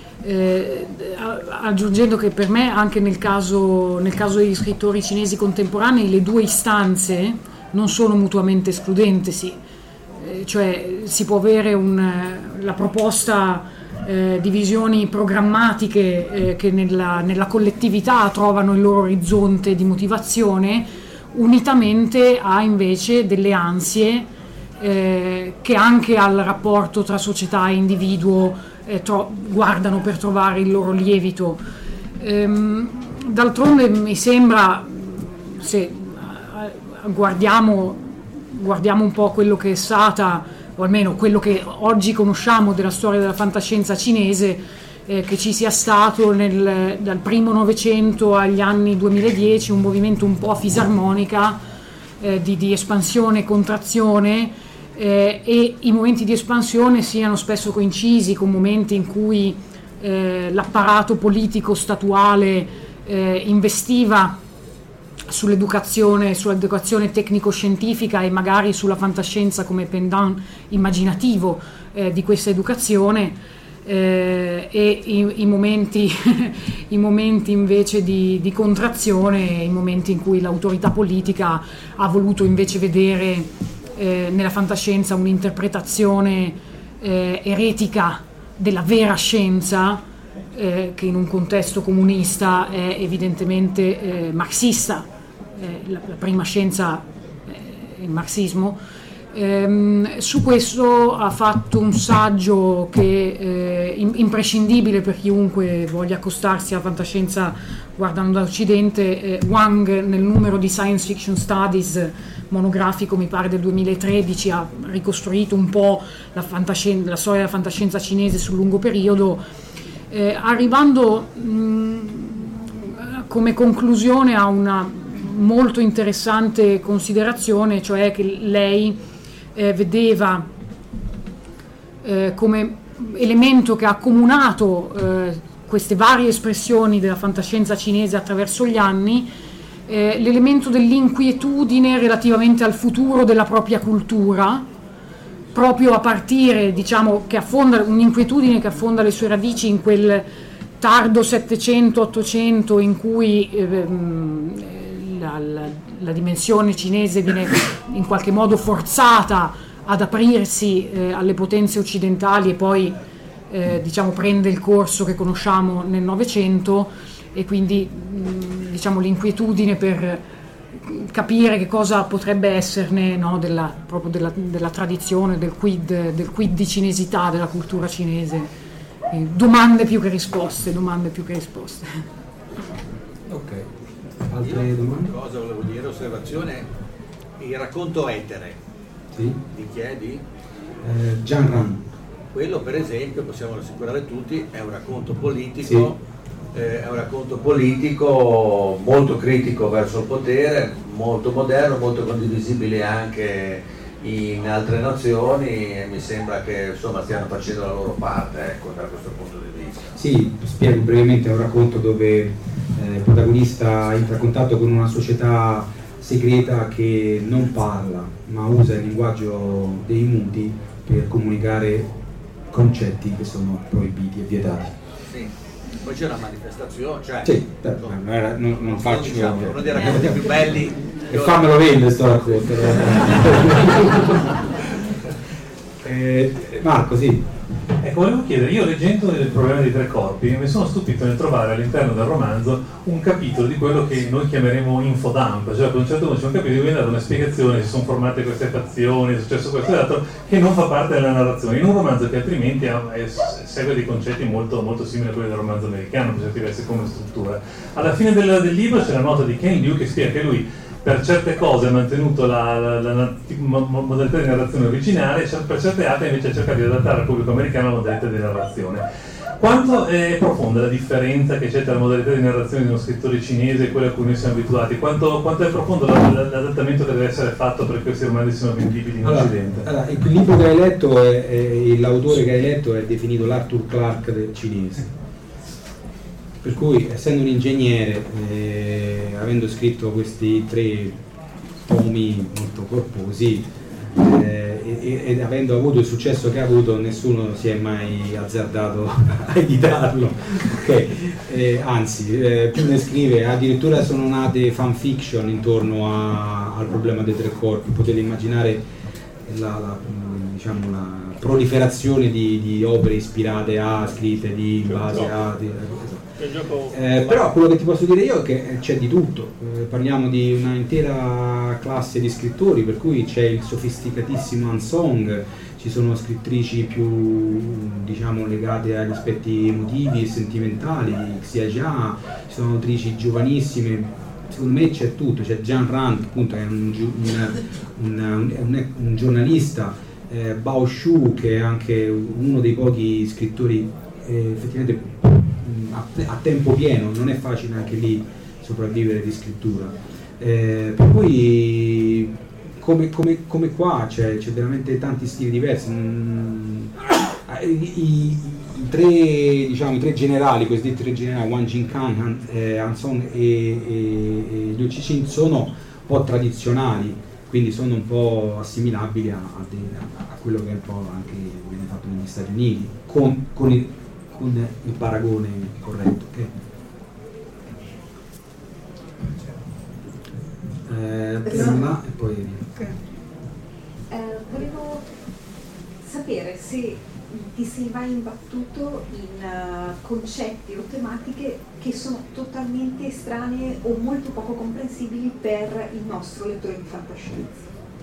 aggiungendo che per me anche nel caso degli scrittori cinesi contemporanei le due istanze non sono mutuamente escludenti, cioè si può avere la proposta di visioni programmatiche che nella collettività trovano il loro orizzonte di motivazione, unitamente a invece delle ansie che anche al rapporto tra società e individuo guardano per trovare il loro lievito. D'altronde mi sembra, se guardiamo un po' quello che è stata, o almeno quello che oggi conosciamo della storia della fantascienza cinese, che ci sia stato dal primo Novecento agli anni 2010 un movimento un po' a fisarmonica di espansione e contrazione, e i momenti di espansione siano spesso coincisi con momenti in cui l'apparato politico statuale investiva sull'educazione tecnico-scientifica e magari sulla fantascienza come pendant immaginativo di questa educazione, e i momenti invece di contrazione, i momenti in cui l'autorità politica ha voluto invece vedere nella fantascienza un'interpretazione eretica della vera scienza, che in un contesto comunista è evidentemente marxista. La prima scienza è il marxismo. Su questo ha fatto un saggio che è imprescindibile per chiunque voglia accostarsi alla fantascienza guardando da Occidente. Wang, nel numero di Science Fiction Studies monografico, mi pare del 2013, ha ricostruito un po' la storia della fantascienza cinese sul lungo periodo, arrivando come conclusione a una molto interessante considerazione, cioè che lei vedeva come elemento che ha accomunato queste varie espressioni della fantascienza cinese attraverso gli anni, l'elemento dell'inquietudine relativamente al futuro della propria cultura, proprio a partire, diciamo, che affonda un'inquietudine che affonda le sue radici in quel tardo 700-800 in cui la dimensione cinese viene in qualche modo forzata ad aprirsi alle potenze occidentali e poi diciamo prende il corso che conosciamo nel Novecento, e quindi diciamo l'inquietudine per capire che cosa potrebbe esserne, no, proprio della tradizione, del quid di cinesità della cultura cinese. Domande più che risposte. Ok. Altre domande? Cosa volevo dire? Osservazione. Il racconto etere. Sì. Di chi è? Di? Gian Ran. Quello, per esempio, possiamo rassicurare tutti, è un racconto politico. Sì. È un racconto politico molto critico verso il potere, molto moderno, molto condivisibile anche in altre nazioni, e mi sembra che insomma stiano facendo la loro parte, ecco, da questo punto di vista. Sì, spiego brevemente. È un racconto dove il protagonista entra in contatto con una società segreta che non parla ma usa il linguaggio dei muti per comunicare concetti che sono proibiti e vietati. Sì. Poi c'è una manifestazione, cioè sì, non faccio uno dei racconti più belli e fammelo vendere sto racconto. Marco, sì. Ecco, volevo chiedere, io leggendo il problema dei tre corpi mi sono stupito nel trovare all'interno del romanzo un capitolo di quello che noi chiameremo infodump, cioè a un certo punto c'è un capitolo in cui viene data una spiegazione, si sono formate queste fazioni, è successo questo e l'altro, che non fa parte della narrazione, in un romanzo che altrimenti segue dei concetti molto, molto simili a quelli del romanzo americano, per certi versi come struttura. Alla fine del libro c'è la nota di Ken Liu che spiega che lui per certe cose ha mantenuto la modalità di narrazione originale, per certe altre invece ha cercato di adattare al pubblico americano la modalità di narrazione. Quanto è profonda la differenza che c'è tra la modalità di narrazione di uno scrittore cinese e quella a cui noi siamo abituati? Quanto è profondo l'adattamento che deve essere fatto per che questi romanzi siano vendibili in Occidente? Allora, il libro che hai letto, l'autore che hai letto è definito l'Arthur Clarke del cinese. Per cui, essendo un ingegnere, avendo scritto questi 3 tomi molto corposi ed avendo avuto il successo che ha avuto, nessuno si è mai azzardato a editarlo. Okay. Anzi, più ne scrive, addirittura sono nate fanfiction intorno al problema dei 3 corpi. Potete immaginare la proliferazione di opere ispirate a, scritte in base a... però quello che ti posso dire io è che c'è di tutto, parliamo di una intera classe di scrittori, per cui c'è il sofisticatissimo Han Song, ci sono scrittrici più legate agli aspetti emotivi e sentimentali, Xia Jia, ci sono autrici giovanissime, secondo me c'è tutto, c'è Jan Rand, appunto, è un giornalista, Bao Shu, che è anche uno dei pochi scrittori effettivamente a tempo pieno, non è facile anche lì sopravvivere di scrittura, per cui come qua c'è veramente tanti stili diversi. I tre generali, questi 3 generali, Wang Jingkan, Han Song e Liu Cixin, sono un po' tradizionali, quindi sono un po' assimilabili a quello che è un po' anche viene fatto negli Stati Uniti, con il paragone corretto. Okay? Prima e poi... Okay. Volevo sapere se ti sei mai imbattuto in concetti o tematiche che sono totalmente estranee o molto poco comprensibili per il nostro lettore di fantascienza.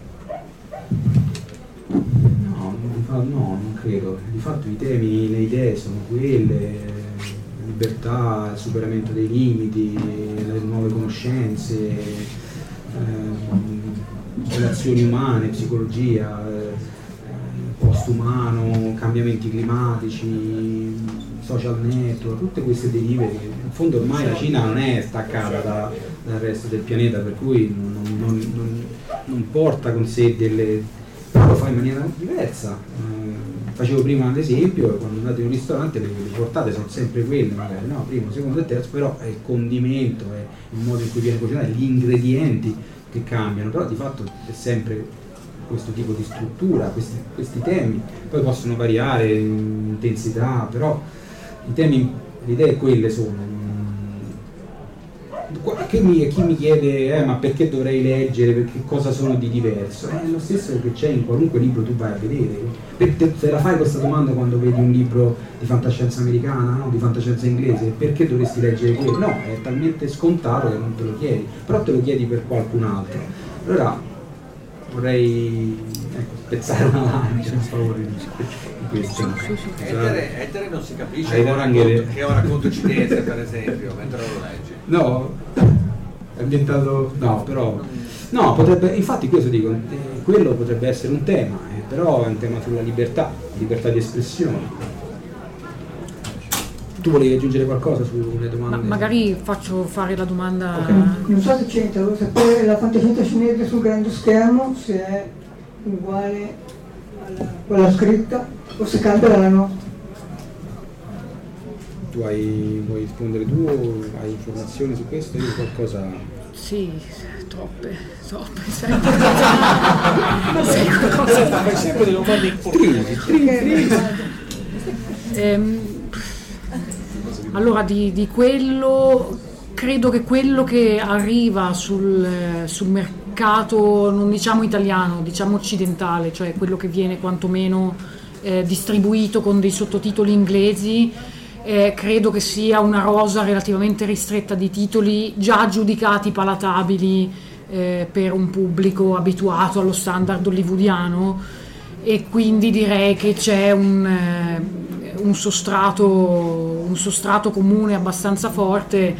No, non credo. Di fatto i temi, le idee sono quelle: libertà, il superamento dei limiti, le nuove conoscenze, relazioni umane, psicologia, postumano, cambiamenti climatici, social network, tutte queste derive che in fondo ormai la Cina non è staccata dal resto del pianeta, per cui non porta con sé delle... però lo fa in maniera diversa. Facevo prima l'esempio, quando andate in un ristorante le portate sono sempre quelle, magari no, primo, secondo e terzo, però è il condimento, è il modo in cui viene cucinato, gli ingredienti che cambiano, però di fatto è sempre questo tipo di struttura, questi temi poi possono variare in intensità, però i temi, le idee quelle sono. Chi mi chiede ma perché dovrei leggere, perché cosa sono di diverso, è lo stesso che c'è in qualunque libro tu vai a vedere. Te la fai questa domanda quando vedi un libro di fantascienza americana, no? Di fantascienza inglese, perché dovresti leggere quello? No, è talmente scontato che non te lo chiedi, però te lo chiedi per qualcun altro. Allora vorrei spezzare una lancia a favore di questo. Etere non si capisce che è un racconto cinese, per esempio, mentre lo leggi. No, è ambientato... no, però... no, potrebbe... infatti questo dico, quello potrebbe essere un tema, però è un tema sulla libertà di espressione. Tu volevi aggiungere qualcosa sulle domande? Magari faccio fare la domanda... Okay. Non so se c'entra, volevo sapere la fantascienza cinese sul grande schermo, se è uguale a quella scritta o se cambia dalla nostra. Vuoi rispondere tu o hai informazioni su questo? Io qualcosa... Sì, troppe. Fai sempre delle domande importanti. Allora, di quello, credo che quello che arriva sul mercato, non diciamo italiano, diciamo occidentale, cioè quello che viene quantomeno distribuito con dei sottotitoli inglesi, credo che sia una rosa relativamente ristretta di titoli già giudicati palatabili per un pubblico abituato allo standard hollywoodiano, e quindi direi che c'è un sostrato comune abbastanza forte,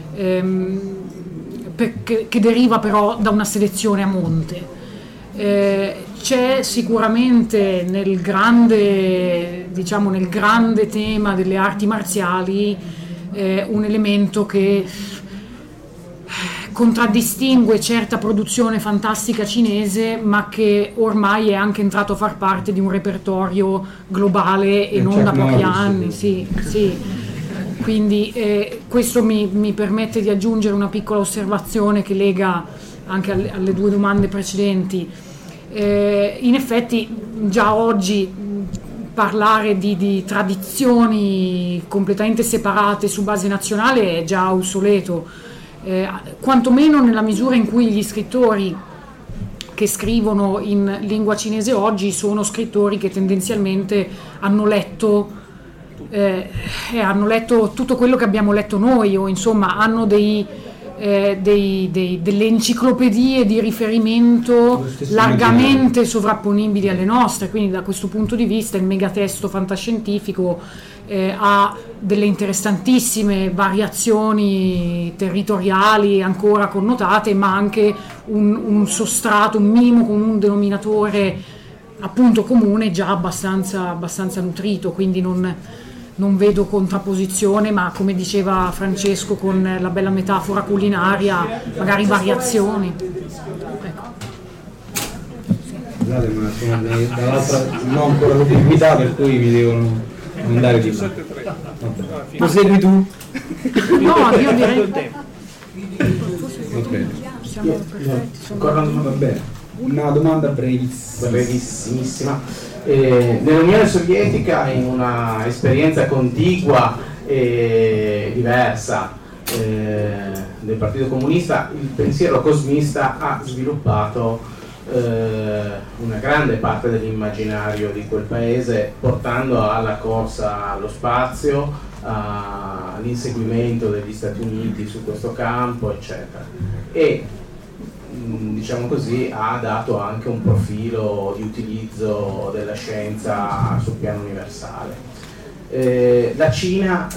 che deriva però da una selezione a monte. C'è sicuramente nel grande tema delle arti marziali un elemento che contraddistingue certa produzione fantastica cinese, ma che ormai è anche entrato a far parte di un repertorio globale e non da pochi anni. Sì. Quindi questo mi permette di aggiungere una piccola osservazione che lega anche alle due domande precedenti. In effetti già oggi parlare di tradizioni completamente separate su base nazionale è già obsoleto, quantomeno nella misura in cui gli scrittori che scrivono in lingua cinese oggi sono scrittori che tendenzialmente hanno letto tutto quello che abbiamo letto noi, o insomma hanno delle enciclopedie di riferimento largamente sovrapponibili alle nostre, quindi da questo punto di vista il megatesto fantascientifico ha delle interessantissime variazioni territoriali ancora connotate, ma anche un sostrato, un minimo comune denominatore appunto comune già abbastanza nutrito, quindi non vedo contrapposizione, ma come diceva Francesco con la bella metafora culinaria, magari variazioni. Ecco. Scusate, ma sono dall'altra non ho ancora l'ubiquità, per cui mi devono andare di là. Prosegui tu? No, io direi. Siamo perfetti. Va bene. Una domanda brevissimissima. Nell'Unione Sovietica, in una esperienza contigua e diversa del Partito Comunista, il pensiero cosmista ha sviluppato una grande parte dell'immaginario di quel paese, portando alla corsa allo spazio, all'inseguimento degli Stati Uniti su questo campo, eccetera. E diciamo così ha dato anche un profilo di utilizzo della scienza sul piano universale. La Cina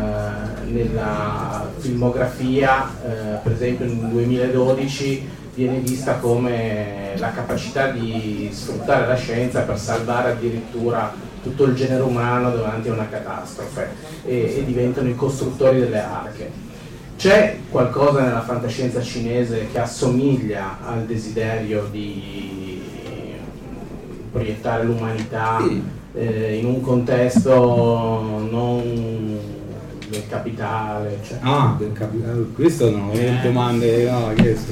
nella filmografia, per esempio nel 2012, viene vista come la capacità di sfruttare la scienza per salvare addirittura tutto il genere umano davanti a una catastrofe, e diventano i costruttori delle arche. C'è qualcosa nella fantascienza cinese che assomiglia al desiderio di proiettare l'umanità in un contesto non del capitale? Cioè. Del capitale, questo no, domande, no, chiesto.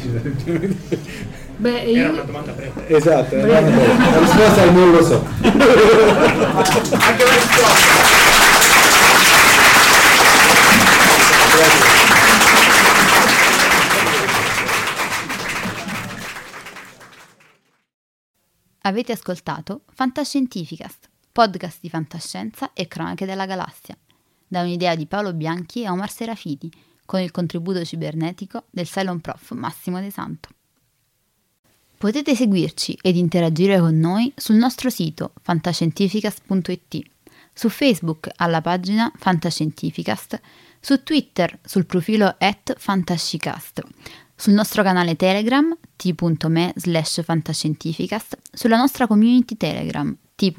Era una domanda breve. Esatto, la risposta è non lo so. Anche la risposta. Avete ascoltato Fantascientificast, podcast di fantascienza e cronache della galassia, da un'idea di Paolo Bianchi e Omar Serafiti, con il contributo cibernetico del Cylon Prof Massimo De Santo. Potete seguirci ed interagire con noi sul nostro sito fantascientificast.it, su Facebook alla pagina Fantascientificast, su Twitter sul profilo @fantascicast, sul nostro canale Telegram t.me/fantascientificast, sulla nostra community Telegram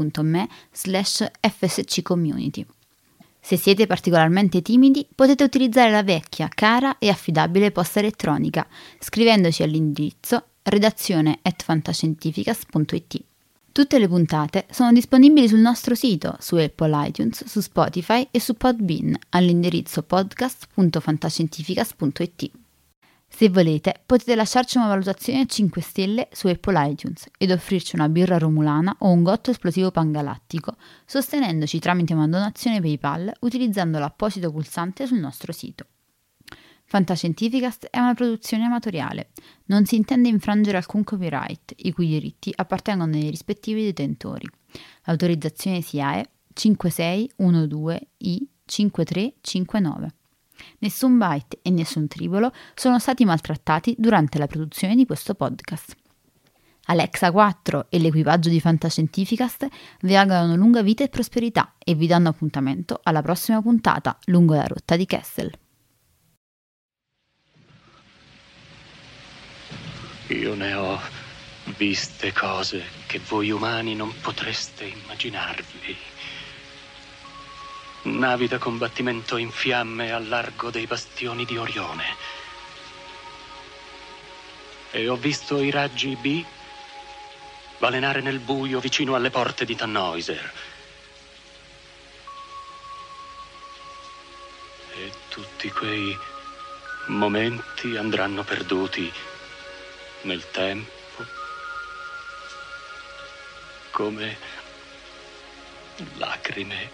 t.me/fsccommunity. Se siete particolarmente timidi, potete utilizzare la vecchia, cara e affidabile posta elettronica, scrivendoci all'indirizzo redazione@fantascientificast.it. Tutte le puntate sono disponibili sul nostro sito, su Apple iTunes, su Spotify e su Podbean all'indirizzo podcast.fantascientificast.it. Se volete, potete lasciarci una valutazione a 5 stelle su Apple iTunes ed offrirci una birra romulana o un gotto esplosivo pangalattico, sostenendoci tramite una donazione PayPal utilizzando l'apposito pulsante sul nostro sito. Fantascientificast è una produzione amatoriale. Non si intende infrangere alcun copyright, i cui diritti appartengono ai rispettivi detentori. L'autorizzazione SIAE 5612I5359. Nessun byte e nessun tribolo sono stati maltrattati durante la produzione di questo podcast. Alexa 4 e l'equipaggio di Fantascientificast vi augurano lunga vita e prosperità e vi danno appuntamento alla prossima puntata lungo la rotta di Kessel. Io ne ho viste cose che voi umani non potreste immaginarvi. Navi da combattimento in fiamme al largo dei bastioni di Orione. E ho visto i raggi B balenare nel buio vicino alle porte di Tannhäuser. E tutti quei momenti andranno perduti nel tempo, come lacrime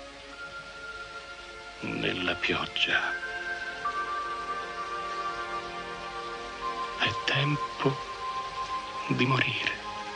nella pioggia. È tempo di morire.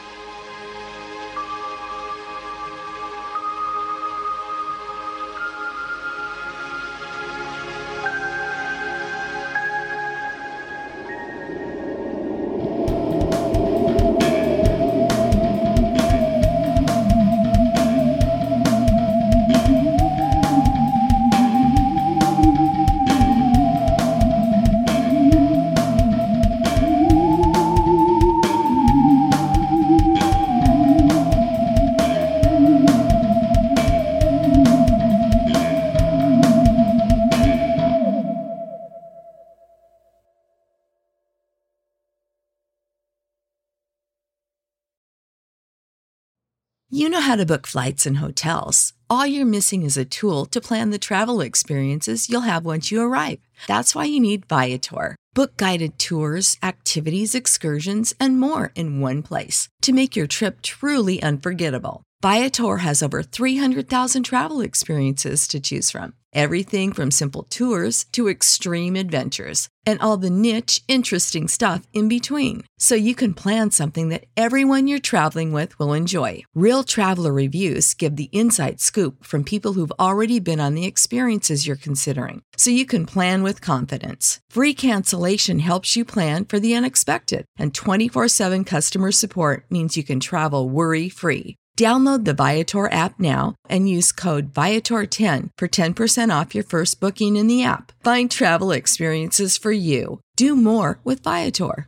You know how to book flights and hotels. All you're missing is a tool to plan the travel experiences you'll have once you arrive. That's why you need Viator. Book guided tours, activities, excursions, and more in one place to make your trip truly unforgettable. Viator has over 300,000 travel experiences to choose from. Everything from simple tours to extreme adventures and all the niche, interesting stuff in between. So you can plan something that everyone you're traveling with will enjoy. Real traveler reviews give the inside scoop from people who've already been on the experiences you're considering. So you can plan with confidence. Free cancellation helps you plan for the unexpected. And 24/7 customer support means you can travel worry-free. Download the Viator app now and use code Viator10 for 10% off your first booking in the app. Find travel experiences for you. Do more with Viator.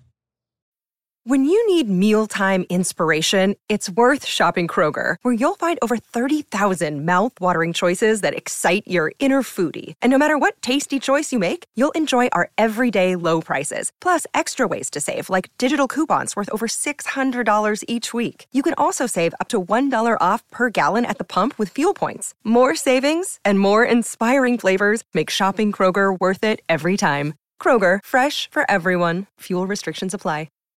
When you need mealtime inspiration, it's worth shopping Kroger, where you'll find over 30,000 mouth-watering choices that excite your inner foodie. And no matter what tasty choice you make, you'll enjoy our everyday low prices, plus extra ways to save, like digital coupons worth over $600 each week. You can also save up to $1 off per gallon at the pump with fuel points. More savings and more inspiring flavors make shopping Kroger worth it every time. Kroger, fresh for everyone. Fuel restrictions apply.